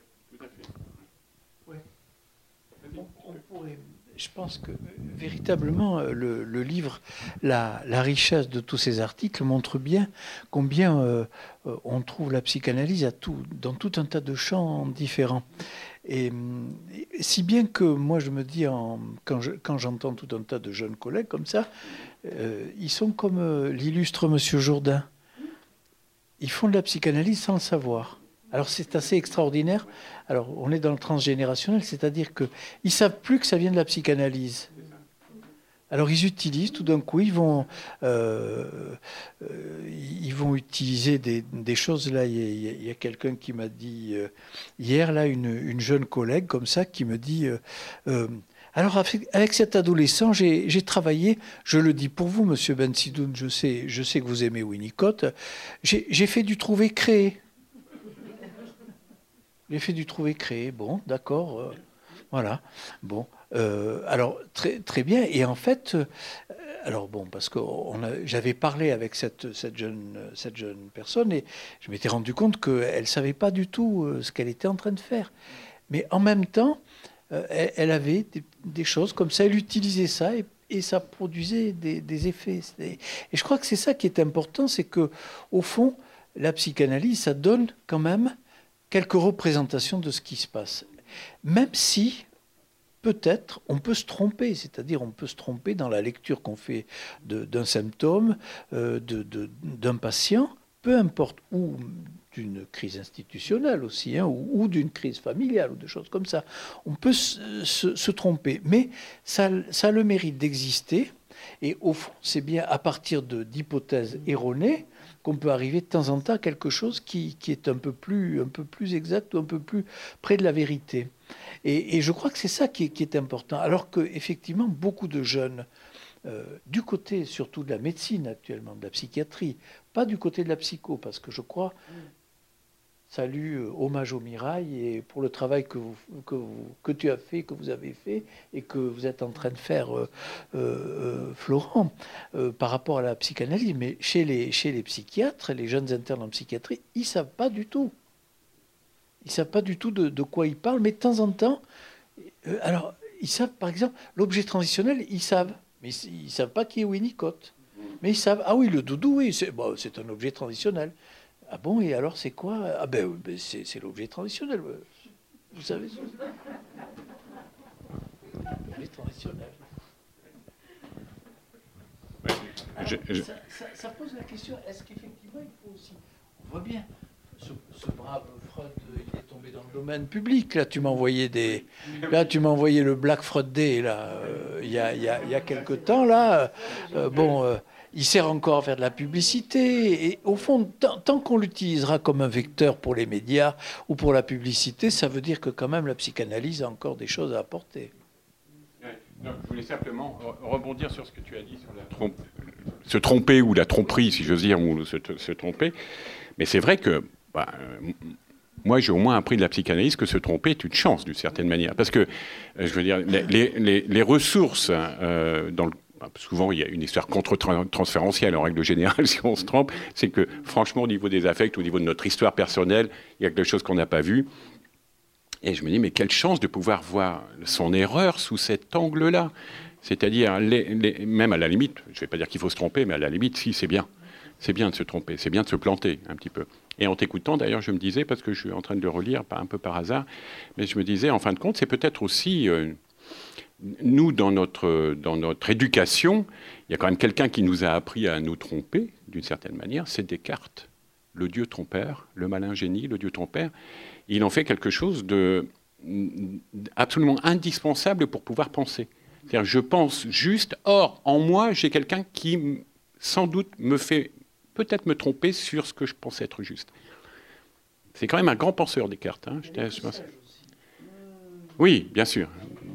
S5: Je pense que véritablement le livre, la richesse de tous ces articles montre bien combien on trouve la psychanalyse dans tout un tas de champs différents. Et si bien que moi je me dis, quand j'entends tout un tas de jeunes collègues comme ça, ils sont comme l'illustre Monsieur Jourdain. Ils font de la psychanalyse sans le savoir. Alors c'est assez extraordinaire. Alors on est dans le transgénérationnel, c'est-à-dire qu'ils ne savent plus que ça vient de la psychanalyse. Alors ils utilisent, tout d'un coup, ils vont utiliser des choses. Là, il y a quelqu'un qui m'a dit hier, là, une jeune collègue comme ça, qui me dit alors avec cet adolescent, j'ai travaillé, je le dis pour vous, Monsieur Bensidoun, je sais que vous aimez Winnicott, j'ai fait du trouver-créer. J'ai fait du trouver-créer, bon, d'accord, voilà, bon. Alors, très bien. Et en fait, alors bon, parce que j'avais parlé avec cette jeune personne et je m'étais rendu compte qu'elle ne savait pas du tout ce qu'elle était en train de faire. Mais en même temps, elle avait des choses comme ça, elle utilisait ça et ça produisait des effets. Et je crois que c'est ça qui est important, c'est que au fond, la psychanalyse, ça donne quand même quelques représentations de ce qui se passe. Même si peut-être on peut se tromper, c'est-à-dire on peut se tromper dans la lecture qu'on fait d'un symptôme, d'un patient, peu importe, ou d'une crise institutionnelle aussi, hein, ou d'une crise familiale, ou de choses comme ça. On peut se tromper, mais ça a le mérite d'exister, et au fond, c'est bien à partir d'hypothèses erronées qu'on peut arriver de temps en temps à quelque chose qui est un peu plus exact, ou un peu plus près de la vérité. Et je crois que c'est ça qui est important. Alors qu'effectivement, beaucoup de jeunes, du côté surtout de la médecine actuellement, de la psychiatrie, pas du côté de la psycho, parce que je crois, salut, hommage au Mirail, et pour le travail que tu as fait, que vous avez fait, et que vous êtes en train de faire, Florent, par rapport à la psychanalyse. Mais chez les psychiatres, les jeunes internes en psychiatrie, ils ne savent pas du tout. Ils ne savent pas du tout de quoi ils parlent, mais de temps en temps, alors, ils savent, par exemple, l'objet transitionnel, ils savent, mais ils ne savent pas qui est Winnicott. Mais ils savent, ah oui, le doudou, oui, c'est un objet transitionnel. Ah bon, et alors c'est quoi? Ah ben c'est l'objet transitionnel, vous savez. L'objet transitionnel. Alors, ça pose la question, est-ce qu'effectivement il faut aussi... On voit bien. Ce brave Freud, il est tombé dans le domaine public. Là, tu m'as envoyé le Black Freud Day là, il y a quelque temps là. Il sert encore à faire de la publicité. Et au fond, tant qu'on l'utilisera comme un vecteur pour les médias ou pour la publicité, ça veut dire que quand même la psychanalyse a encore des choses à apporter.
S3: Non, je voulais simplement rebondir sur ce que tu as dit sur se tromper ou la tromperie, si j'ose dire, ou se tromper. Mais c'est vrai que moi, j'ai au moins appris de la psychanalyse que se tromper est une chance, d'une certaine manière. Parce que, je veux dire, les ressources, souvent, il y a une histoire contre-transférentielle, en règle générale, si on se trompe, c'est que, franchement, au niveau des affects, au niveau de notre histoire personnelle, il y a quelque chose qu'on n'a pas vu. Et je me dis, mais quelle chance de pouvoir voir son erreur sous cet angle-là. C'est-à-dire, même à la limite, je ne vais pas dire qu'il faut se tromper, mais à la limite, si, c'est bien. C'est bien de se tromper, c'est bien de se planter un petit peu. Et en t'écoutant, d'ailleurs, je me disais, parce que je suis en train de le relire, un peu par hasard, mais je me disais, en fin de compte, c'est peut-être aussi, nous, dans notre éducation, il y a quand même quelqu'un qui nous a appris à nous tromper, d'une certaine manière, c'est Descartes, le dieu trompeur, le malin génie, le dieu trompeur. Il en fait quelque chose absolument indispensable pour pouvoir penser. C'est-à-dire, je pense juste, or, en moi, j'ai quelqu'un qui, sans doute, me fait peut-être me tromper sur ce que je pensais être juste. C'est quand même un grand penseur, Descartes. Hein, je pense. Oui, bien sûr.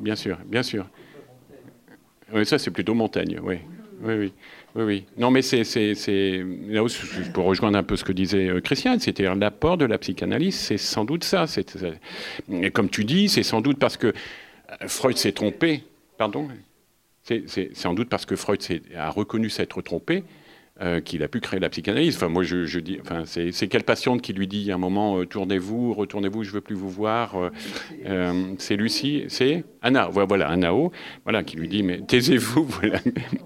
S3: Oui, ça, c'est plutôt Montaigne, oui. Non, mais là où je peux rejoindre un peu ce que disait Christiane, c'est-à-dire l'apport de la psychanalyse, c'est sans doute ça. Et comme tu dis, c'est sans doute parce que Freud s'est trompé. Pardon ? C'est sans doute parce que Freud a reconnu s'être trompé qu'il a pu créer la psychanalyse. Enfin, moi, je dis, enfin, c'est quelle patiente qui lui dit à un moment tournez-vous, retournez-vous, je veux plus vous voir. C'est Lucie, c'est Anna. Voilà, Anna-O, voilà, qui lui dit mais taisez-vous, voilà.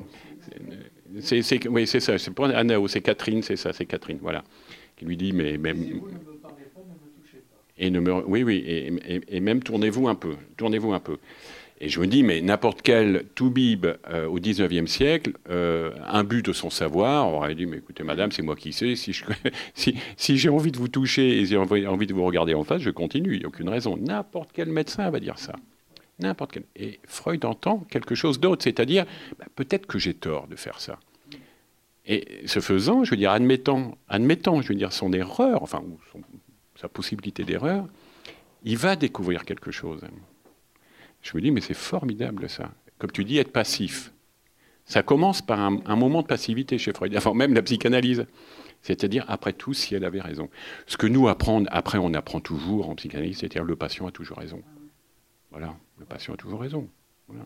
S3: Oui, c'est ça. C'est pas Anna-O, c'est Catherine, c'est ça, c'est Catherine, voilà, qui lui dit mais.
S5: Taisez-vous, ne me parlez pas, ne me touchez pas.
S3: Et même tournez-vous un peu. Et je me dis, mais n'importe quel toubib au 19e siècle, imbu de son savoir, aurait dit, mais écoutez, madame, c'est moi qui sais, si j'ai envie de vous toucher et j'ai envie de vous regarder en face, je continue, il n'y a aucune raison. N'importe quel médecin va dire ça. N'importe quel. Et Freud entend quelque chose d'autre, c'est-à-dire, peut-être que j'ai tort de faire ça. Et ce faisant, je veux dire, admettant, je veux dire, son erreur, enfin, sa possibilité d'erreur, il va découvrir quelque chose. Je me dis, mais c'est formidable ça. Comme tu dis, être passif. Ça commence par un moment de passivité chez Freud, avant même la psychanalyse. C'est-à-dire, après tout, si elle avait raison. Ce que nous apprenons, après on apprend toujours en psychanalyse, c'est-à-dire le patient a toujours raison. Voilà, le patient a toujours raison. Voilà.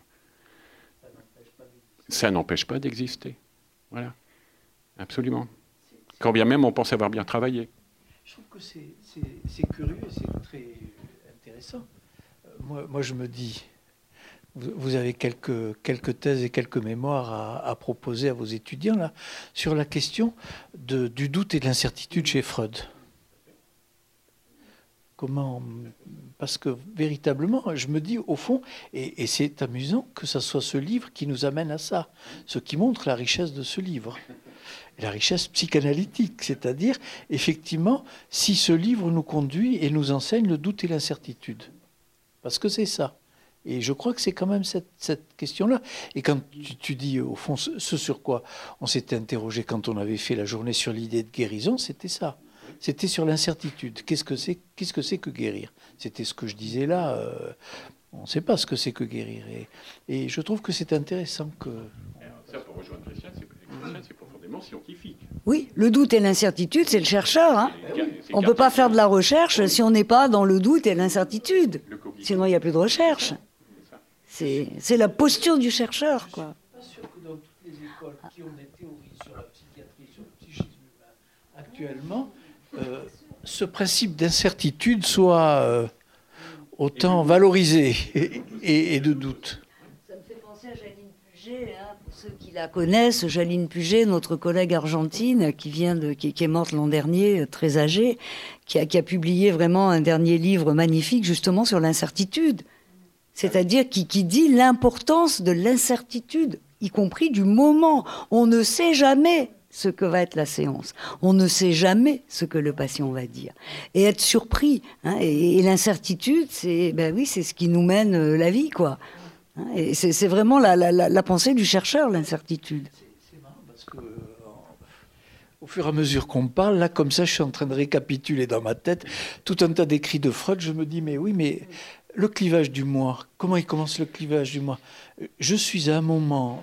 S3: Ça n'empêche pas d'exister. Voilà, absolument. Quand bien même on pense avoir bien travaillé.
S5: Je trouve que c'est curieux et c'est très intéressant. Moi, je me dis, vous avez quelques thèses et quelques mémoires à proposer à vos étudiants là, sur la question du doute et de l'incertitude chez Freud. Comment ? Parce que véritablement, je me dis au fond, et c'est amusant que ça soit ce livre qui nous amène à ça, ce qui montre la richesse de ce livre. La richesse psychanalytique, c'est-à-dire, effectivement, si ce livre nous conduit et nous enseigne le doute et l'incertitude. Parce que c'est ça. Et je crois que c'est quand même cette question-là. Et quand tu dis, au fond, ce sur quoi on s'était interrogé quand on avait fait la journée sur l'idée de guérison, c'était ça. C'était sur l'incertitude. Qu'est-ce que c'est que guérir ? C'était ce que je disais là. On ne sait pas ce que c'est que guérir. Et je trouve que c'est intéressant que...
S3: Ça, pour rejoindre Christian, c'est profondément scientifique.
S4: Oui, le doute et l'incertitude, c'est le chercheur. Hein. On ne peut pas faire de la recherche si on n'est pas dans le doute et l'incertitude. Sinon, il n'y a plus de recherche. C'est la posture du chercheur, quoi.
S5: Je ne suis pas sûr que dans toutes les écoles qui ont des théories sur la psychiatrie, sur le psychisme humain, actuellement, ce principe d'incertitude soit autant valorisé et de doute.
S4: Ça me fait penser à Jaline Puget, hein, pour ceux qui la connaissent. Jaline Puget, notre collègue argentine, qui est morte l'an dernier, très âgée, qui a publié vraiment un dernier livre magnifique, justement, sur l'incertitude. C'est-à-dire qui dit l'importance de l'incertitude, y compris du moment. On ne sait jamais ce que va être la séance. On ne sait jamais ce que le patient va dire. Et être surpris, hein, et l'incertitude, c'est ce qui nous mène la vie, quoi. Hein, et c'est vraiment la pensée du chercheur, l'incertitude.
S5: C'est marrant parce que au fur et à mesure qu'on parle, là, comme ça, je suis en train de récapituler dans ma tête tout un tas d'écrits de Freud. Je me dis, mais oui, mais le clivage du moi, comment il commence le clivage du moi ? Je suis à un moment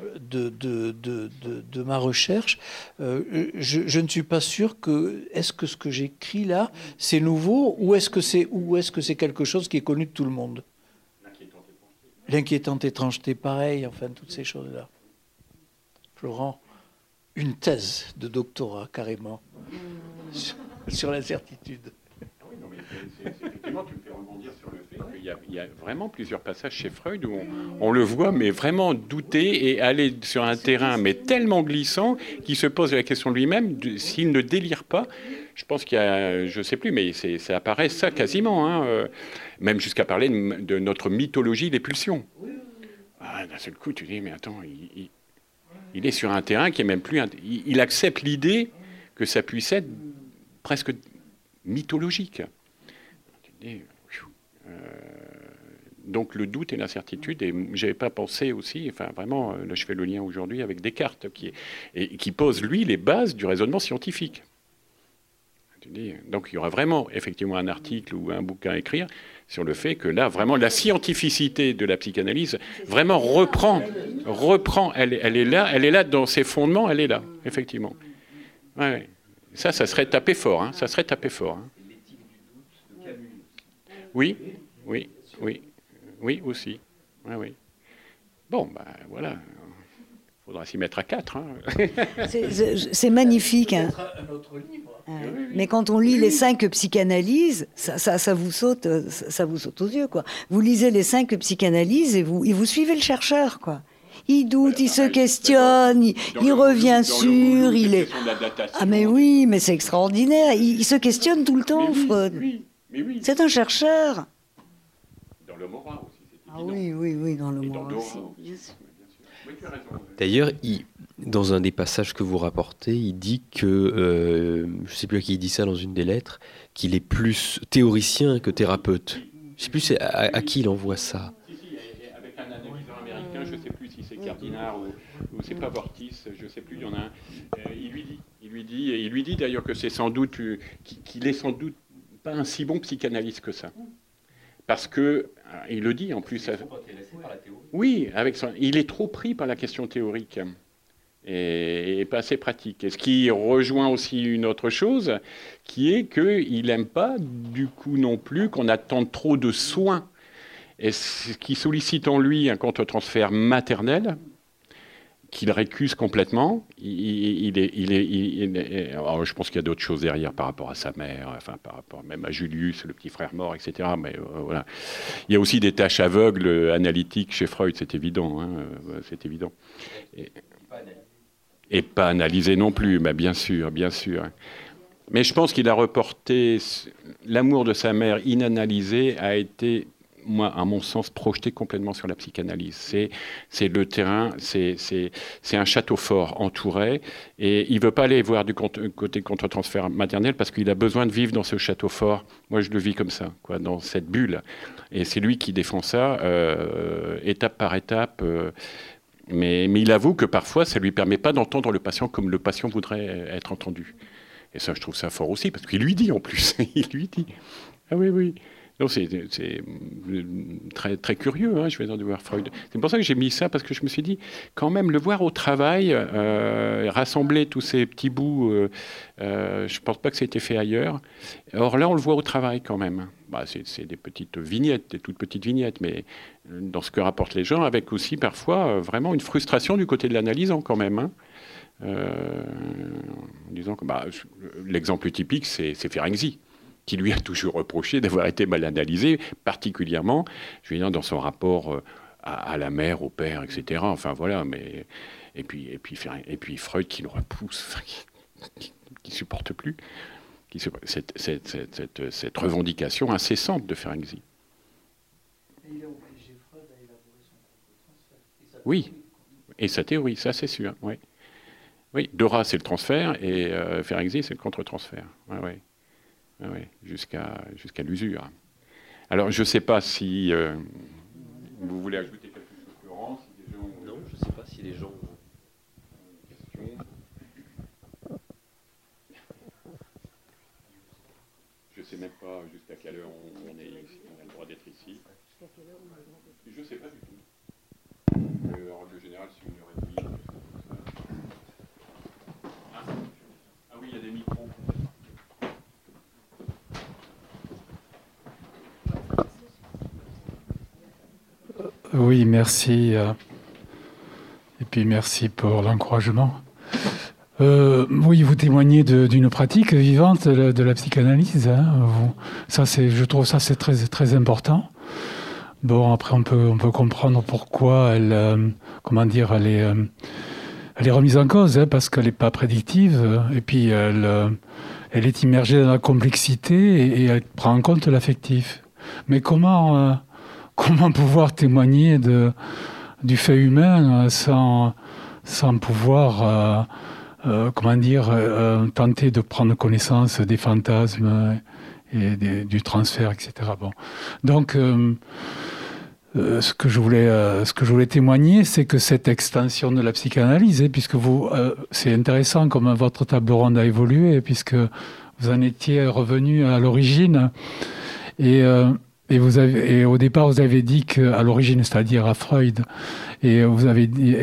S5: de ma recherche, je ne suis pas sûr est-ce que ce que j'écris là, c'est nouveau ou est-ce que c'est quelque chose qui est connu de tout le monde ? L'inquiétante étrangeté, pareil, enfin, toutes ces choses-là. Florent, une thèse de doctorat, carrément, sur l'incertitude.
S3: Effectivement, tu me fais rebondir sur le fait qu'il y a vraiment plusieurs passages chez Freud où on le voit, mais vraiment douter et aller sur un terrain mais tellement glissant qu'il se pose la question de lui-même, s'il ne délire pas. Je pense qu'il y a, je ne sais plus, mais ça apparaît ça quasiment, hein, même jusqu'à parler de notre mythologie des pulsions. D'un seul coup, tu dis, mais attends, il est sur un terrain qui est même plus... Il accepte l'idée que ça puisse être presque mythologique. Donc le doute et l'incertitude, et j'avais pas pensé aussi, enfin vraiment, là je fais le lien aujourd'hui avec Descartes, qui pose lui les bases du raisonnement scientifique. Donc il y aura vraiment effectivement un article ou un bouquin à écrire sur le fait que là vraiment la scientificité de la psychanalyse vraiment reprend, elle est là dans ses fondements, elle est là effectivement. Ouais. Ça serait tapé fort, hein, ça serait tapé fort. Hein. Oui, aussi. Oui. Bon, voilà. Il faudra s'y mettre à 4. Hein.
S4: C'est magnifique. Hein. Mais quand on lit les 5 psychanalyses, ça vous saute aux yeux, quoi. Vous lisez les 5 psychanalyses et vous suivez le chercheur, quoi. Il doute, il se questionne, il revient sur, il est... Ah mais oui, mais c'est extraordinaire. Il se questionne tout le temps, Freud.
S3: Mais oui.
S4: C'est un chercheur.
S3: Dans le Mora aussi, c'est
S4: Ah
S3: évident.
S4: oui, dans le
S3: Et dans
S4: Mora
S3: Dora
S4: aussi.
S3: aussi.
S4: Bien sûr.
S3: Oui, tu as raison.
S2: D'ailleurs, dans un des passages que vous rapportez, il dit que, je ne sais plus à qui il dit ça dans une des lettres, qu'il est plus théoricien que thérapeute. Je ne sais plus à qui il envoie ça.
S3: Si, et avec un analyseur américain, je ne sais plus si c'est Cardinal ou c'est pas Vortis, je ne sais plus, il y en a un. Il lui dit d'ailleurs que c'est sans doute, qu'il est sans doute pas un si bon psychanalyste que ça. Parce que, il le dit en plus. Oui, il est trop pris par la question théorique et pas assez pratique. Et ce qui rejoint aussi une autre chose, qui est qu'il n'aime pas, du coup non plus, qu'on attende trop de soins. Et ce qui sollicite en lui un contre-transfert maternel, qu'il récuse complètement. Alors, je pense qu'il y a d'autres choses derrière par rapport à sa mère, enfin par rapport même à Julius, le petit frère mort, etc. Mais voilà. Il y a aussi des tâches aveugles analytiques chez Freud, c'est évident. C'est évident. Et pas analysé non plus, mais bien sûr. Mais je pense qu'il a reporté l'amour de sa mère inanalysé a été, moi, à mon sens, projeté complètement sur la psychanalyse. C'est le terrain, c'est un château fort entouré, et il ne veut pas aller voir du côté contre-transfert maternel parce qu'il a besoin de vivre dans ce château fort. Moi, je le vis comme ça, quoi, dans cette bulle. Et c'est lui qui défend ça, étape par étape. Mais il avoue que parfois, ça ne lui permet pas d'entendre le patient comme le patient voudrait être entendu. Et ça, je trouve ça fort aussi, parce qu'il lui dit en plus. Il lui dit. Ah oui. Donc c'est très, très curieux, je vais dire, de voir Freud. C'est pour ça que j'ai mis ça, parce que je me suis dit, quand même, le voir au travail, rassembler tous ces petits bouts, je ne pense pas que ça ait été fait ailleurs. Or là, on le voit au travail quand même. C'est des petites vignettes, des toutes petites vignettes, mais dans ce que rapportent les gens, avec aussi parfois vraiment une frustration du côté de l'analysant quand même. Disons que l'exemple typique, c'est Ferenczi, qui lui a toujours reproché d'avoir été mal analysé, particulièrement, je veux dire, dans son rapport à la mère, au père, etc. Enfin voilà, mais et puis Freud qui le repousse, qui supporte plus, cette revendication incessante de Ferenczi.
S5: Et il a obligé Freud à élaborer son contre-transfert.
S3: Oui, et sa théorie, ça c'est sûr. Oui, Dora c'est le transfert et Ferenczi c'est le contre-transfert. Oui, jusqu'à l'usure. Alors, je ne sais pas si vous voulez ajouter quelque chose, Florence.
S2: Non, je ne sais pas si les gens ont
S3: des questions. Je ne sais même pas jusqu'à quelle heure on a le droit d'être ici. Je ne sais pas du tout. En règle générale, c'est 1h30. Ah oui, il y a des micros.
S6: Oui, merci. Et puis merci pour l'encouragement. Oui, vous témoignez d'une pratique vivante de la psychanalyse. Je trouve ça c'est très très important. Bon, après on peut comprendre pourquoi elle est remise en cause, parce qu'elle n'est pas prédictive. Et puis elle est immergée dans la complexité et elle prend en compte l'affectif. Mais comment pouvoir témoigner du fait humain sans pouvoir, tenter de prendre connaissance des fantasmes et du transfert, etc. Bon. Donc, ce que je voulais témoigner, c'est que cette extension de la psychanalyse, puisque c'est intéressant comme votre table ronde a évolué, puisque vous en étiez revenu à l'origine, et au départ, vous avez dit qu'à l'origine, c'est-à-dire à Freud, et vous avez dit,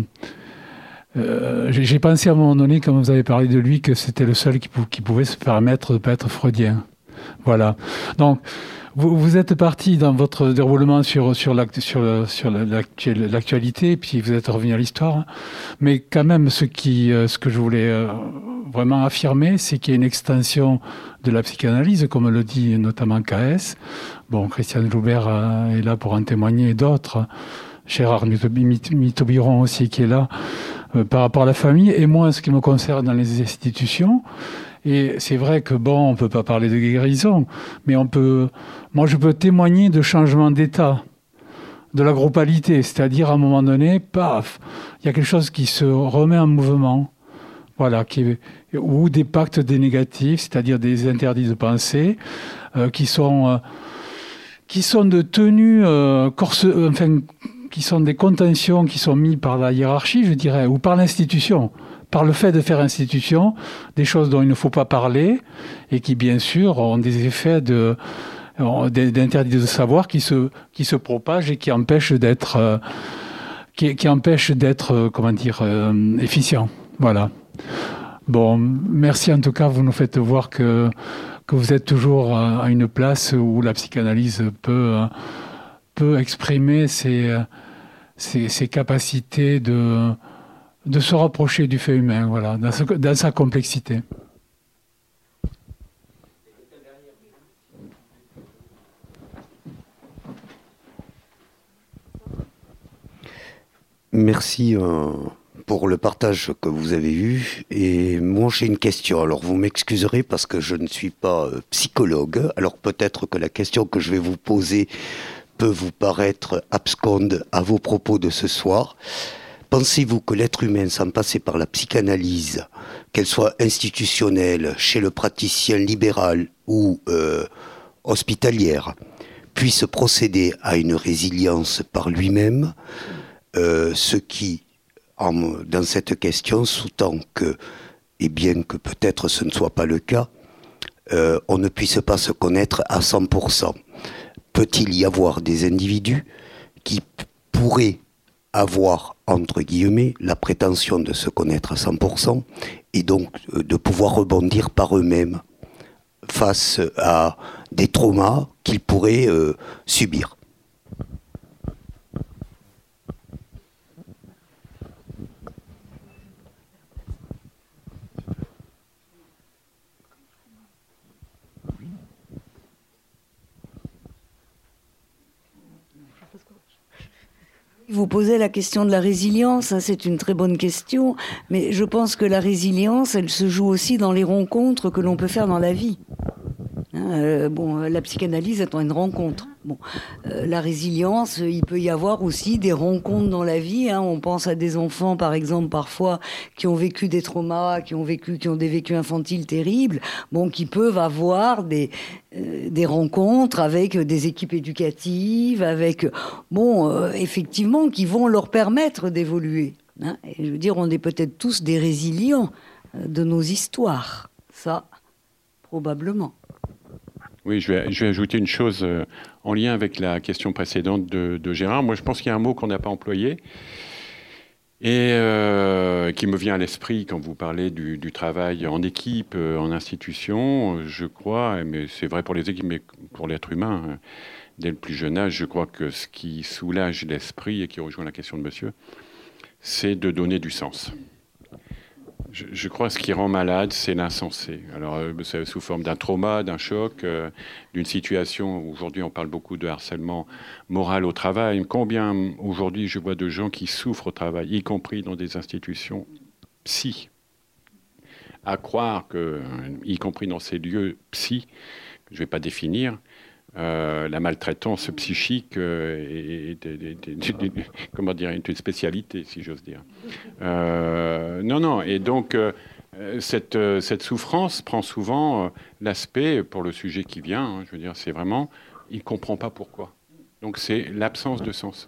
S6: j'ai pensé à un moment donné, quand vous avez parlé de lui, que c'était le seul qui pouvait se permettre de ne pas être freudien. Voilà. Donc, vous êtes parti dans votre déroulement sur l'actualité, puis vous êtes revenu à l'histoire. Mais quand même, ce que je voulais vraiment affirmer, c'est qu'il y a une extension de la psychanalyse, comme le dit notamment K.S. Bon, Christiane Joubert est là pour en témoigner, et d'autres. Gérard Mitobiron aussi qui est là, par rapport à la famille, et moi, ce qui me concerne dans les institutions. Et c'est vrai que, bon, on ne peut pas parler de guérison, mais moi je peux témoigner de changement d'état, de la groupalité, c'est-à-dire à un moment donné, paf, il y a quelque chose qui se remet en mouvement, voilà, ou des pactes des négatifs, c'est-à-dire des interdits de pensée, qui sont de tenue, qui sont des contentions qui sont mises par la hiérarchie, je dirais, ou par l'institution, par le fait de faire institution, des choses dont il ne faut pas parler, et qui, bien sûr, ont des effets d'interdits de savoir qui se propagent et qui empêchent d'être, comment dire, efficient. Voilà. Bon, merci en tout cas, vous nous faites voir que vous êtes toujours à une place où la psychanalyse peut exprimer ses capacités de se rapprocher du fait humain, voilà, dans sa complexité.
S7: Merci pour le partage que vous avez eu. Et moi, j'ai une question. Alors, vous m'excuserez parce que je ne suis pas psychologue. Alors, peut-être que la question que je vais vous poser peut vous paraître absconde à vos propos de ce soir. Pensez-vous que l'être humain, sans passer par la psychanalyse, qu'elle soit institutionnelle, chez le praticien libéral ou hospitalière, puisse procéder à une résilience par lui-même, ce qui, dans cette question, sous-tend que, et bien que peut-être ce ne soit pas le cas, on ne puisse pas se connaître à 100%. Peut-il y avoir des individus qui pourraient avoir, entre guillemets, la prétention de se connaître à 100% et donc de pouvoir rebondir par eux-mêmes face à des traumas qu'ils pourraient subir?
S4: Vous posez la question de la résilience, hein, c'est une très bonne question, mais je pense que la résilience, elle se joue aussi dans les rencontres que l'on peut faire dans la vie. La psychanalyse étant une rencontre. La résilience, il peut y avoir aussi des rencontres dans la vie. On pense à des enfants, par exemple, parfois, qui ont vécu des traumas, qui ont des vécus infantiles terribles, qui peuvent avoir des rencontres avec des équipes éducatives, effectivement, qui vont leur permettre d'évoluer. Et je veux dire, on est peut-être tous des résilients de nos histoires. Ça, probablement.
S3: Oui, je vais ajouter une chose en lien avec la question précédente de Gérard. Moi, je pense qu'il y a un mot qu'on n'a pas employé et qui me vient à l'esprit quand vous parlez du travail en équipe, en institution. Je crois, mais c'est vrai pour les équipes, mais pour l'être humain, dès le plus jeune âge, je crois que ce qui soulage l'esprit et qui rejoint la question de monsieur, c'est de donner du sens. Je crois que ce qui rend malade, c'est l'insensé. Alors, c'est sous forme d'un trauma, d'un choc, d'une situation. Aujourd'hui, on parle beaucoup de harcèlement moral au travail. Combien, aujourd'hui, je vois de gens qui souffrent au travail, y compris dans des institutions psy. À croire que, y compris dans ces lieux psy, que je ne vais pas définir, la maltraitance psychique est comment dire, une spécialité, si j'ose dire. Non. Et donc, cette souffrance prend souvent l'aspect, pour le sujet qui vient, je veux dire, c'est vraiment, il ne comprend pas pourquoi. Donc, c'est l'absence de sens.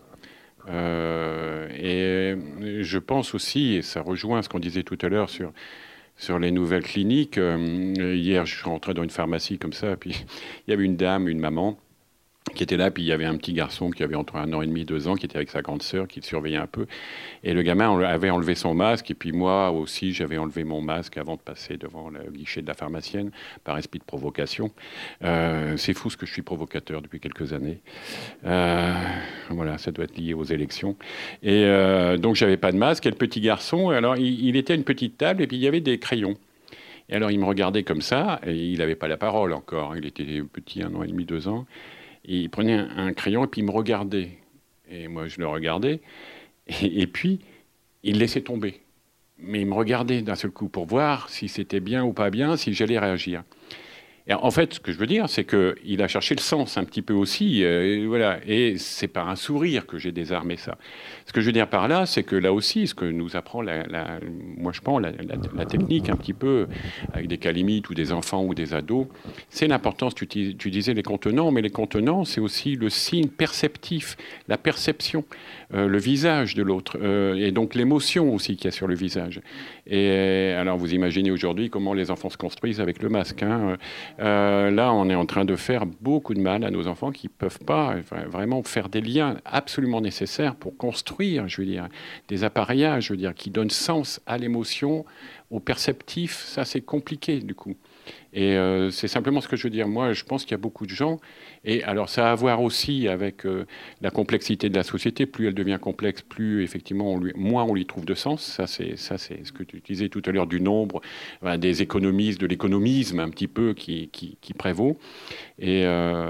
S3: Et je pense aussi, et ça rejoint ce qu'on disait tout à l'heure sur les nouvelles cliniques. Hier, je suis rentré dans une pharmacie comme ça, puis il y avait une dame, une maman, qui était là, puis il y avait un petit garçon qui avait entre 1 an et demi, 2 ans, qui était avec sa grande sœur, qui le surveillait un peu. Et le gamin avait enlevé son masque, et puis moi aussi, j'avais enlevé mon masque avant de passer devant le guichet de la pharmacienne, par esprit de provocation. C'est fou ce que je suis provocateur depuis quelques années. Voilà, ça doit être lié aux élections. Et donc, j'avais pas de masque, et le petit garçon, alors il était à une petite table, et puis il y avait des crayons. Et alors, il me regardait comme ça, et il n'avait pas la parole encore. Il était petit, 1 an et demi, 2 ans. Et il prenait un crayon et puis il me regardait. Et moi, je le regardais. Et puis, il laissait tomber. mais il me regardait d'un seul coup pour voir si c'était bien ou pas bien, si j'allais réagir. Et en fait, ce que je veux dire, c'est qu'il a cherché le sens un petit peu aussi, voilà. Et c'est par un sourire que j'ai désarmé ça. Ce que je veux dire par là, c'est que là aussi, ce que nous apprend, moi je pense, la technique un petit peu, avec des cas limites ou des enfants ou des ados, c'est l'importance, tu disais les contenants, mais les contenants, c'est aussi le signe perceptif, la perception, le visage de l'autre, et donc l'émotion aussi qu'il y a sur le visage. Et alors, vous imaginez aujourd'hui comment les enfants se construisent avec le masque, hein. Là, on est en train de faire beaucoup de mal à nos enfants qui ne peuvent pas vraiment faire des liens absolument nécessaires pour construire, je veux dire, des appareillages, je veux dire, qui donnent sens à l'émotion, au perceptif. Ça, c'est compliqué, du coup. Et c'est simplement ce que je veux dire. Moi, je pense qu'il y a beaucoup de gens. Et alors, ça a à voir aussi avec la complexité de la société. Plus elle devient complexe, plus, effectivement, moins on lui trouve de sens. Ça, c'est ce que tu disais tout à l'heure du nombre, des économistes, de l'économisme un petit peu qui prévaut. Et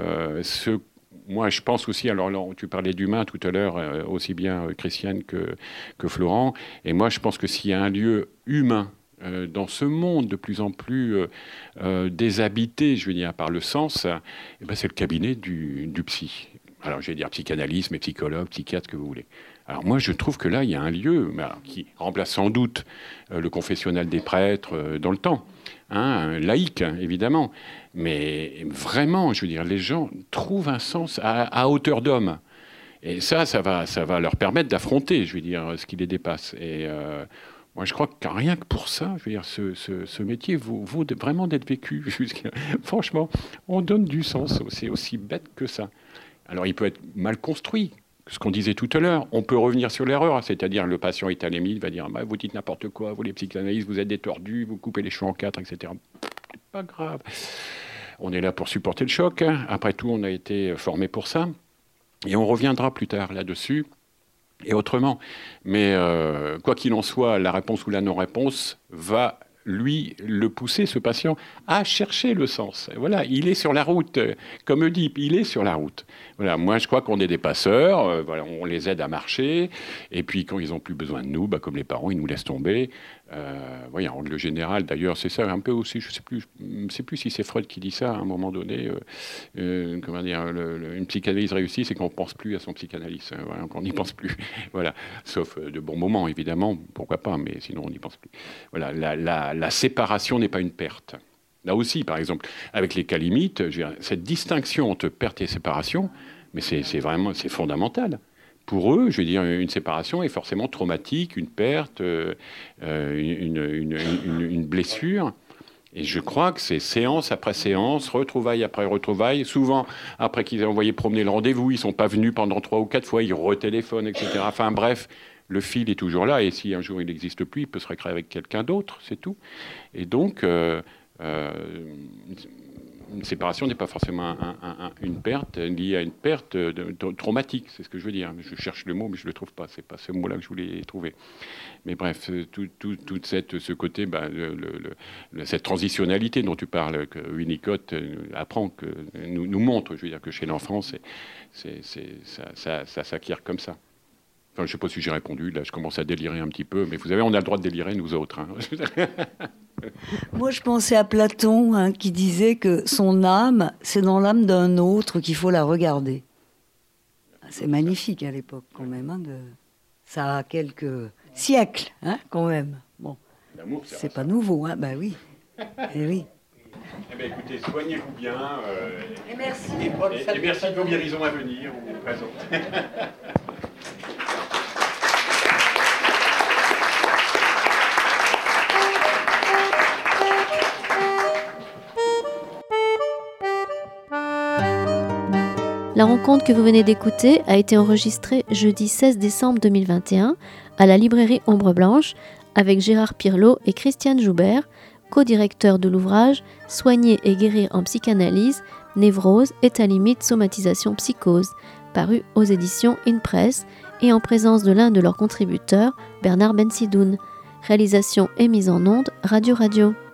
S3: moi, je pense aussi, alors tu parlais d'humain tout à l'heure, aussi bien Christiane que Florent. Et moi, je pense que s'il y a un lieu humain dans ce monde de plus en plus déshabité, je veux dire, par le sens, eh ben, c'est le cabinet du psy. Alors, je vais dire psychanalyste, mais psychologue, psychiatre, ce que vous voulez. Alors moi, je trouve que là, il y a un lieu qui remplace sans doute le confessionnal des prêtres dans le temps, hein, laïque, évidemment. Mais vraiment, je veux dire, les gens trouvent un sens à hauteur d'homme. Et ça va leur permettre d'affronter, je veux dire, ce qui les dépasse. Et moi, je crois que rien que pour ça, je veux dire, ce métier vaut vraiment d'être vécu. Franchement, on donne du sens. C'est aussi bête que ça. Alors, il peut être mal construit. Ce qu'on disait tout à l'heure, on peut revenir sur l'erreur, c'est-à-dire le patient est à la limite, va dire vous dites n'importe quoi, vous les psychanalystes, vous êtes des tordus, vous coupez les cheveux en 4, etc. C'est pas grave. On est là pour supporter le choc. Après tout, on a été formé pour ça. Et on reviendra plus tard là-dessus. Et autrement. Mais quoi qu'il en soit, la réponse ou la non-réponse va, lui, le pousser, ce patient, à chercher le sens. Voilà, il est sur la route. Comme Oedipe, il est sur la route. Voilà, moi, je crois qu'on est des passeurs. Voilà, on les aide à marcher. Et puis, quand ils n'ont plus besoin de nous, comme les parents, ils nous laissent tomber. Voilà, en règle générale, d'ailleurs, c'est ça un peu aussi. Je ne sais plus si c'est Freud qui dit ça à un moment donné. Comment dire, une psychanalyse réussie, c'est qu'on ne pense plus à son psychanalyste. Voilà, qu'on n'y pense plus. Voilà, sauf de bons moments, évidemment. Pourquoi pas, mais sinon, on n'y pense plus. Voilà, la séparation n'est pas une perte. Là aussi, par exemple, avec les cas limites, je veux dire, cette distinction entre perte et séparation, mais c'est fondamental. Pour eux, je veux dire, une séparation est forcément traumatique, une perte, une blessure. Et je crois que c'est séance après séance, retrouvailles après retrouvailles. Souvent, après qu'ils aient envoyé promener le rendez-vous, ils ne sont pas venus pendant 3 ou 4 fois, ils retéléphonent, etc. Enfin bref, le fil est toujours là. Et si un jour il n'existe plus, il peut se récréer avec quelqu'un d'autre, c'est tout. Et donc, une séparation n'est pas forcément une perte liée à une perte traumatique, c'est ce que je veux dire. Je cherche le mot, mais je ne le trouve pas. C'est pas ce mot-là que je voulais trouver. Mais bref, tout ce côté, cette transitionnalité dont tu parles, que Winnicott apprend, que nous montre, je veux dire, que chez l'enfant, ça s'acquiert comme ça. Enfin, je ne sais pas si j'ai répondu, là je commence à délirer un petit peu, mais vous savez, on a le droit de délirer, nous autres. Hein.
S4: Moi, je pensais à Platon, qui disait que son âme, c'est dans l'âme d'un autre qu'il faut la regarder. C'est magnifique à l'époque, quand même. Ça a quelques siècles, quand même. Bon, c'est pas nouveau, Ben oui. Eh oui.
S3: Eh bien, écoutez, soignez-vous bien.
S4: Et merci.
S3: Et merci de vos guérisons à venir ou présentes.
S1: La rencontre que vous venez d'écouter a été enregistrée jeudi 16 décembre 2021 à la librairie Ombre Blanche avec Gérard Pirlot et Christiane Joubert, co-directeurs de l'ouvrage « Soigner et guérir en psychanalyse, névrose, état limite, somatisation, psychose » paru aux éditions InPress et en présence de l'un de leurs contributeurs, Bernard Bensidoun. Réalisation et mise en onde, Radio.